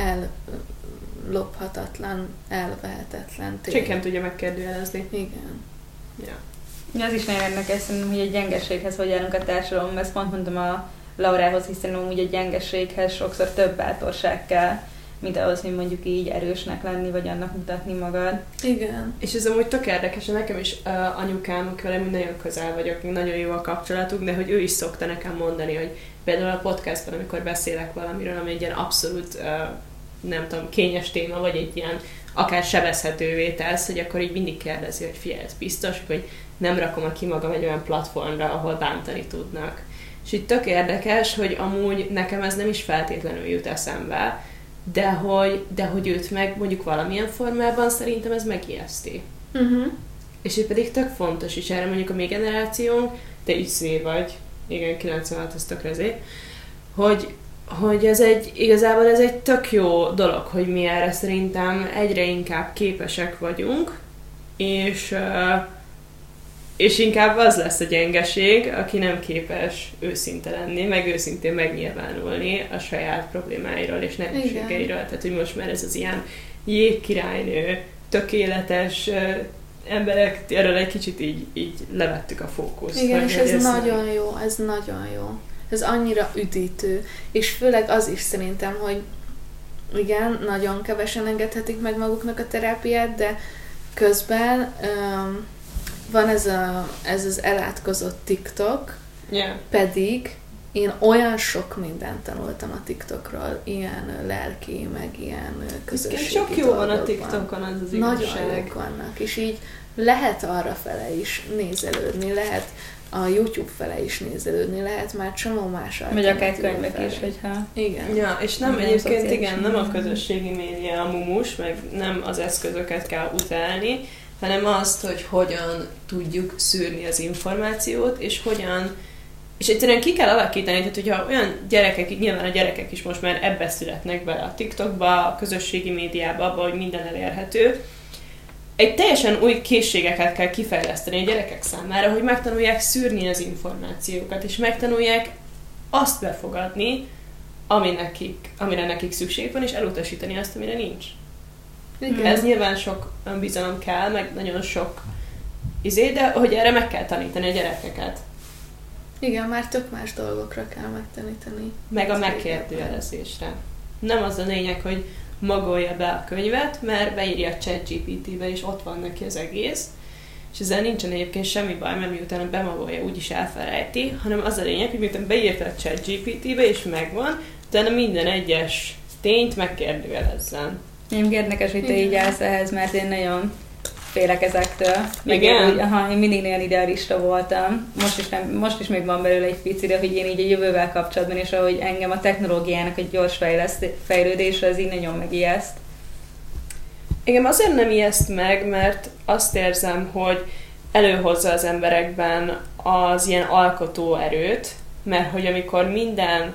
ellophatatlan, elvehetetlen tény. Senki nem tudja megkérdőjelezni. Igen. Ja. Ez is nagyon érdekes, szerintem, hogy a gyengeséghez hogy járunk a társadalomban. Ezt pont mondtam a Laurához, hiszen úgy a gyengeséghez sokszor több bátorság kell, mint ahhoz, hogy mondjuk így erősnek lenni, vagy annak mutatni magad. Igen. És ez amúgy tök érdekes, nekem is anyukám, akivel én nagyon közel vagyok, nagyon jó a kapcsolatuk, de hogy ő is szokta nekem mondani, hogy például a podcastban, amikor beszélek valamiről, ami egy ilyen abszolút, nem tudom, kényes téma, vagy egy ilyen akár sebezhetővé tesz, hogy akkor így mindig kérdezi, hogy figyelj, ez biztos, hogy nem rakom ki magam egy olyan platformra, ahol bántani tudnak. És így tök érdekes, hogy amúgy nekem ez nem is feltétlenül jut eszembe, de hogy őt meg mondjuk valamilyen formában szerintem ez megijeszti. És így pedig tök fontos is erre mondjuk a mi generációnk, te is szív vagy, igen, 96, ez tökre azért, hogy igazából ez egy tök jó dolog, hogy mi erre szerintem egyre inkább képesek vagyunk, és És inkább az lesz a gyengeség, aki nem képes őszinte lenni, meg őszintén megnyilvánulni a saját problémáiról és nehézségeiről. Tehát, hogy most már ez az ilyen jégkirálynő, tökéletes emberek, erről egy kicsit így levettük a fókuszt. Igen, és ez nagyon jó, ez nagyon jó. Ez annyira üdítő. És főleg az is szerintem, hogy igen, nagyon kevesen engedhetik meg maguknak a terápiát, de közben van ez az elátkozott TikTok, pedig én olyan sok mindent tanultam a TikTokról, ilyen lelki, meg ilyen közösségi sok jó van a TikTokon, az az igazság. Nagyon jók vannak, és így lehet arra fele is nézelődni, lehet a YouTube fele is nézelődni, lehet már csomó más vagy akár könyvek is, hogyha... Igen. Ja, és nem egyébként, igen, nem a közösségi média a mumus, meg nem az eszközöket kell utálni, hanem azt, hogy hogyan tudjuk szűrni az információt, és hogyan, és egyszerűen ki kell alakítani, tehát hogyha olyan gyerekek, nyilván a gyerekek is most már ebbe születnek bele a TikTokba, a közösségi médiába, abba, hogy minden elérhető, egy teljesen új készségeket kell kifejleszteni a gyerekek számára, hogy megtanulják szűrni az információkat, és megtanulják azt befogadni, amire nekik szükség van, és elutasítani azt, amire nincs. Igen. Ez nyilván sok önbizalom kell, meg nagyon sok de hogy erre meg kell tanítani a gyerekeket. Igen, már tök más dolgokra kell megtanítani. Meg a megkérdőjelezésre. Nem az a lényeg, hogy magolja be a könyvet, mert beírja a ChatGPT-be, és ott van neki az egész, és ezzel nincsen egyébként semmi baj, mert miután bemagolja, úgyis elfelejti, hanem az a lényeg, hogy miután beírta a ChatGPT-be, és megvan, utána minden egyes tényt megkérdőjelezzen. Én érdekes, hogy te így állsz ehhez, mert én nagyon félek ezektől. Igen? Én mindig nagyon idealista voltam. Most is még van belőle egy pici, de hogy én így a jövővel kapcsolatban, és ahogy engem a technológiának egy gyors fejlődése, az így nagyon megijeszt. Igen, azért nem ijeszt meg, mert azt érzem, hogy előhozza az emberekben az ilyen alkotó erőt, mert hogy amikor minden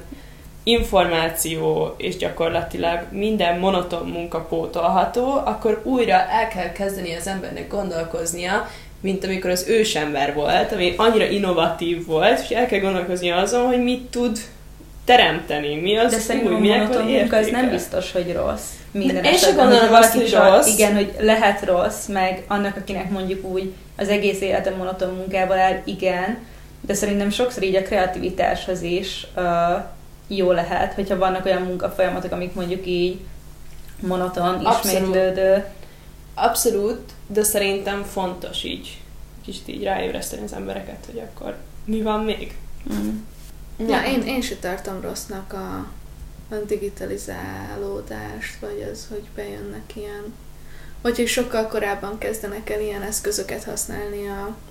információ és gyakorlatilag minden monoton munka pótolható, akkor újra el kell kezdeni az embernek gondolkoznia, mint amikor az ősember volt, ami annyira innovatív volt, és el kell gondolkoznia azon, hogy mit tud teremteni, mi az. De szerintem a monoton munka az nem biztos, hogy rossz. Minden én sem gondolom azt, hogy rossz. Igen, hogy lehet rossz, meg annak, akinek mondjuk úgy az egész élete monoton munkával áll, igen, de szerintem sokszor így a kreativitáshoz is jó lehet, hogyha vannak olyan munkafolyamatok, amik mondjuk így monoton, ismétlődő. Abszolút, de szerintem fontos így kicsit így ráébreszteni az embereket, hogy akkor mi van még? Ja, én se tartom rossznak a digitalizálódást, vagy az, hogy bejönnek ilyen, vagy hogy sokkal korábban kezdenek el ilyen eszközöket használni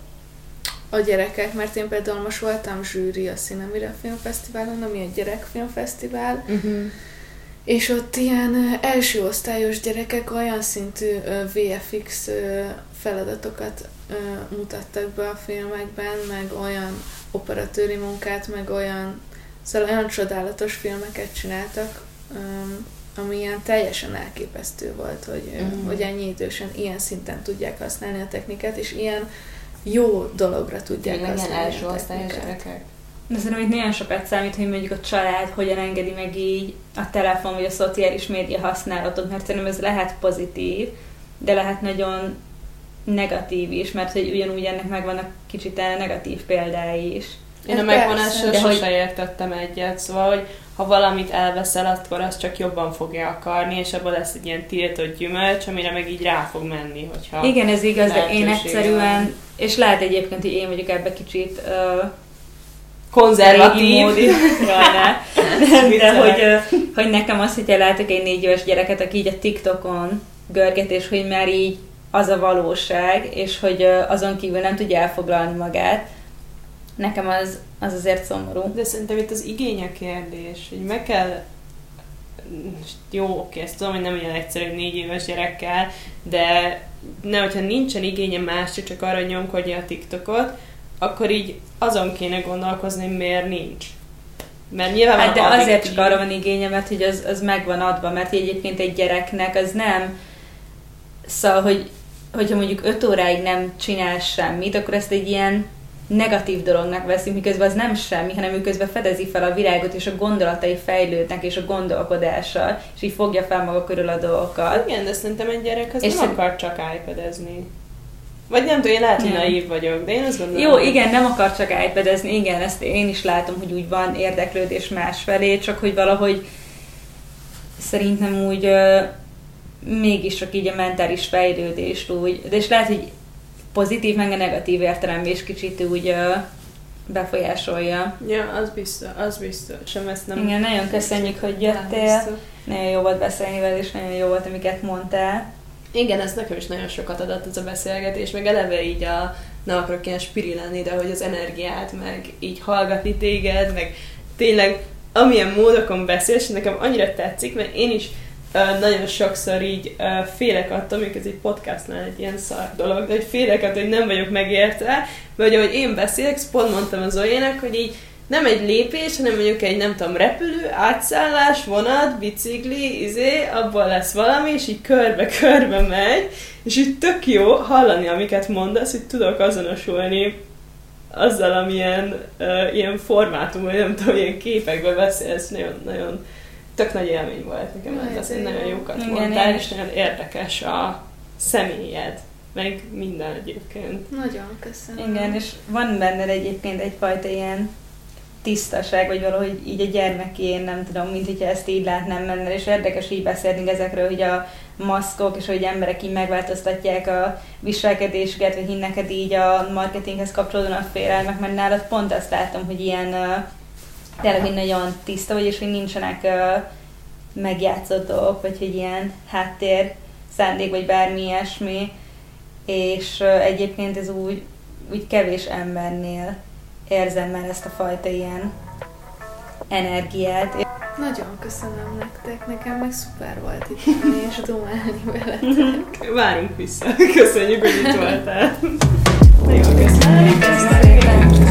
a gyerekek, mert én például most voltam zsűri a Cinemira Filmfesztiválon, ami egy gyerekfilmfesztivál, és ott ilyen első osztályos gyerekek olyan szintű VFX feladatokat mutattak be a filmekben, meg olyan operatőri munkát, meg olyan csodálatos filmeket csináltak, ami ilyen teljesen elképesztő volt, hogy ennyi idősen ilyen szinten tudják használni a technikát, és ilyen jó dologra tudják használni első osztályos gyerekek. De szerintem itt nagyon sokat számít, hogy mondjuk a család hogyan engedi meg így a telefon vagy a szociális média használatot, mert szerintem ez lehet pozitív, de lehet nagyon negatív is, mert hogy ugyanúgy ennek megvannak kicsit negatív példái is. Én a megvonással sose értettem egyet, szóval, hogy ha valamit elveszel, akkor azt csak jobban fogja akarni, és abban lesz egy ilyen tiltott gyümölcs, amire meg így rá fog menni, hogyha... Igen, ez igaz, de én egyszerűen, és lehet egyébként, hogy én vagyok ebbe kicsit konzervatív. De hogy nekem az, hogyha látok egy 4 éves gyereket, aki így a TikTokon görget, és hogy már így az a valóság, és hogy azon kívül nem tudja elfoglalni magát, nekem az azért szomorú. De szerintem itt az igény a kérdés, hogy meg kell... Jó, oké, ezt tudom, hogy nem olyan egyszerű 4 éves gyerekkel, de hogyha nincsen igénye másra, csak arra nyomkodja a TikTokot, akkor így azon kéne gondolkozni, hogy miért nincs. Mert nyilván hát de azért csak arra van igénye, mert hogy az meg van adva, mert egyébként egy gyereknek az nem... Szóval, hogy hogyha mondjuk 5 óráig nem csinálsz semmit, akkor ezt egy ilyen negatív dolognak veszik, miközben az nem semmi, hanem miközben fedezi fel a világot, és a gondolatai fejlődnek, és a gondolkodással, és így fogja fel maga körül a dolgokat. Igen, de szerintem egy gyerek az nem akar csak iPad-ezni. Vagy nem tudom, én lehet, hogy naív vagyok, de én azt gondolom... Jó, igen, nem akar csak iPad-ezni, igen, ezt én is látom, hogy úgy van érdeklődés másfelé, csak hogy valahogy szerintem úgy mégis csak így a mentális fejlődést úgy, de és lehet, hogy pozitív, meg a negatív értelemben is kicsit úgy befolyásolja. Ja, az biztos. Sem ezt nem... Igen, nagyon köszönjük, hogy jöttél. Nagyon jó volt beszélni veled, és nagyon jó volt, amiket mondtál. Igen, ez nekem is nagyon sokat adott ez a beszélgetés, meg eleve így nem akarok ilyen spiri lenni, de hogy az energiát, meg így hallgatni téged, meg tényleg amilyen módokon beszélsz, nekem annyira tetszik, mert én is nagyon sokszor így félek attól, mondjuk ez egy podcastnál egy ilyen szar dolog, de hogy félek attól, hogy nem vagyok megértve, vagy ahogy én beszélek, pont mondtam az Zoének, hogy így nem egy lépés, hanem mondjuk egy, nem tudom, repülő, átszállás, vonat, bicikli, abból lesz valami, és így körbe-körbe megy, és így tök jó hallani, amiket mondasz, hogy tudok azonosulni azzal, amilyen ilyen formátum, vagy nem tudom, ilyen képekbe beszélsz, nagyon tök nagy élmény volt nekem, ez nagyon jókat mondtál, és nagyon érdekes a személyed, meg minden egyébként. Nagyon köszönöm. Igen, és van benned egyébként egyfajta ilyen tisztaság, vagy valahogy így a gyermekén, nem tudom, mint hogyha ezt így látnám benned, és érdekes így beszélni ezekről, hogy a maszkok, és hogy emberek így megváltoztatják a viselkedésüket, vagy neked így a marketinghez kapcsolódóan a félelmek, mert nálad pont azt látom, hogy ilyen tényleg, hogy nagyon tiszta vagy, és hogy nincsenek megjátszott dolgok, vagy hogy ilyen háttér szándék, vagy bármi ilyesmi, és egyébként ez úgy kevés embernél érzem már ezt a fajta ilyen energiát. Nagyon köszönöm nektek, nekem meg szuper volt itt lenni és domálni veletek. Várunk vissza. Köszönjük, hogy itt voltál. Nagyon köszönjük. Köszönjük.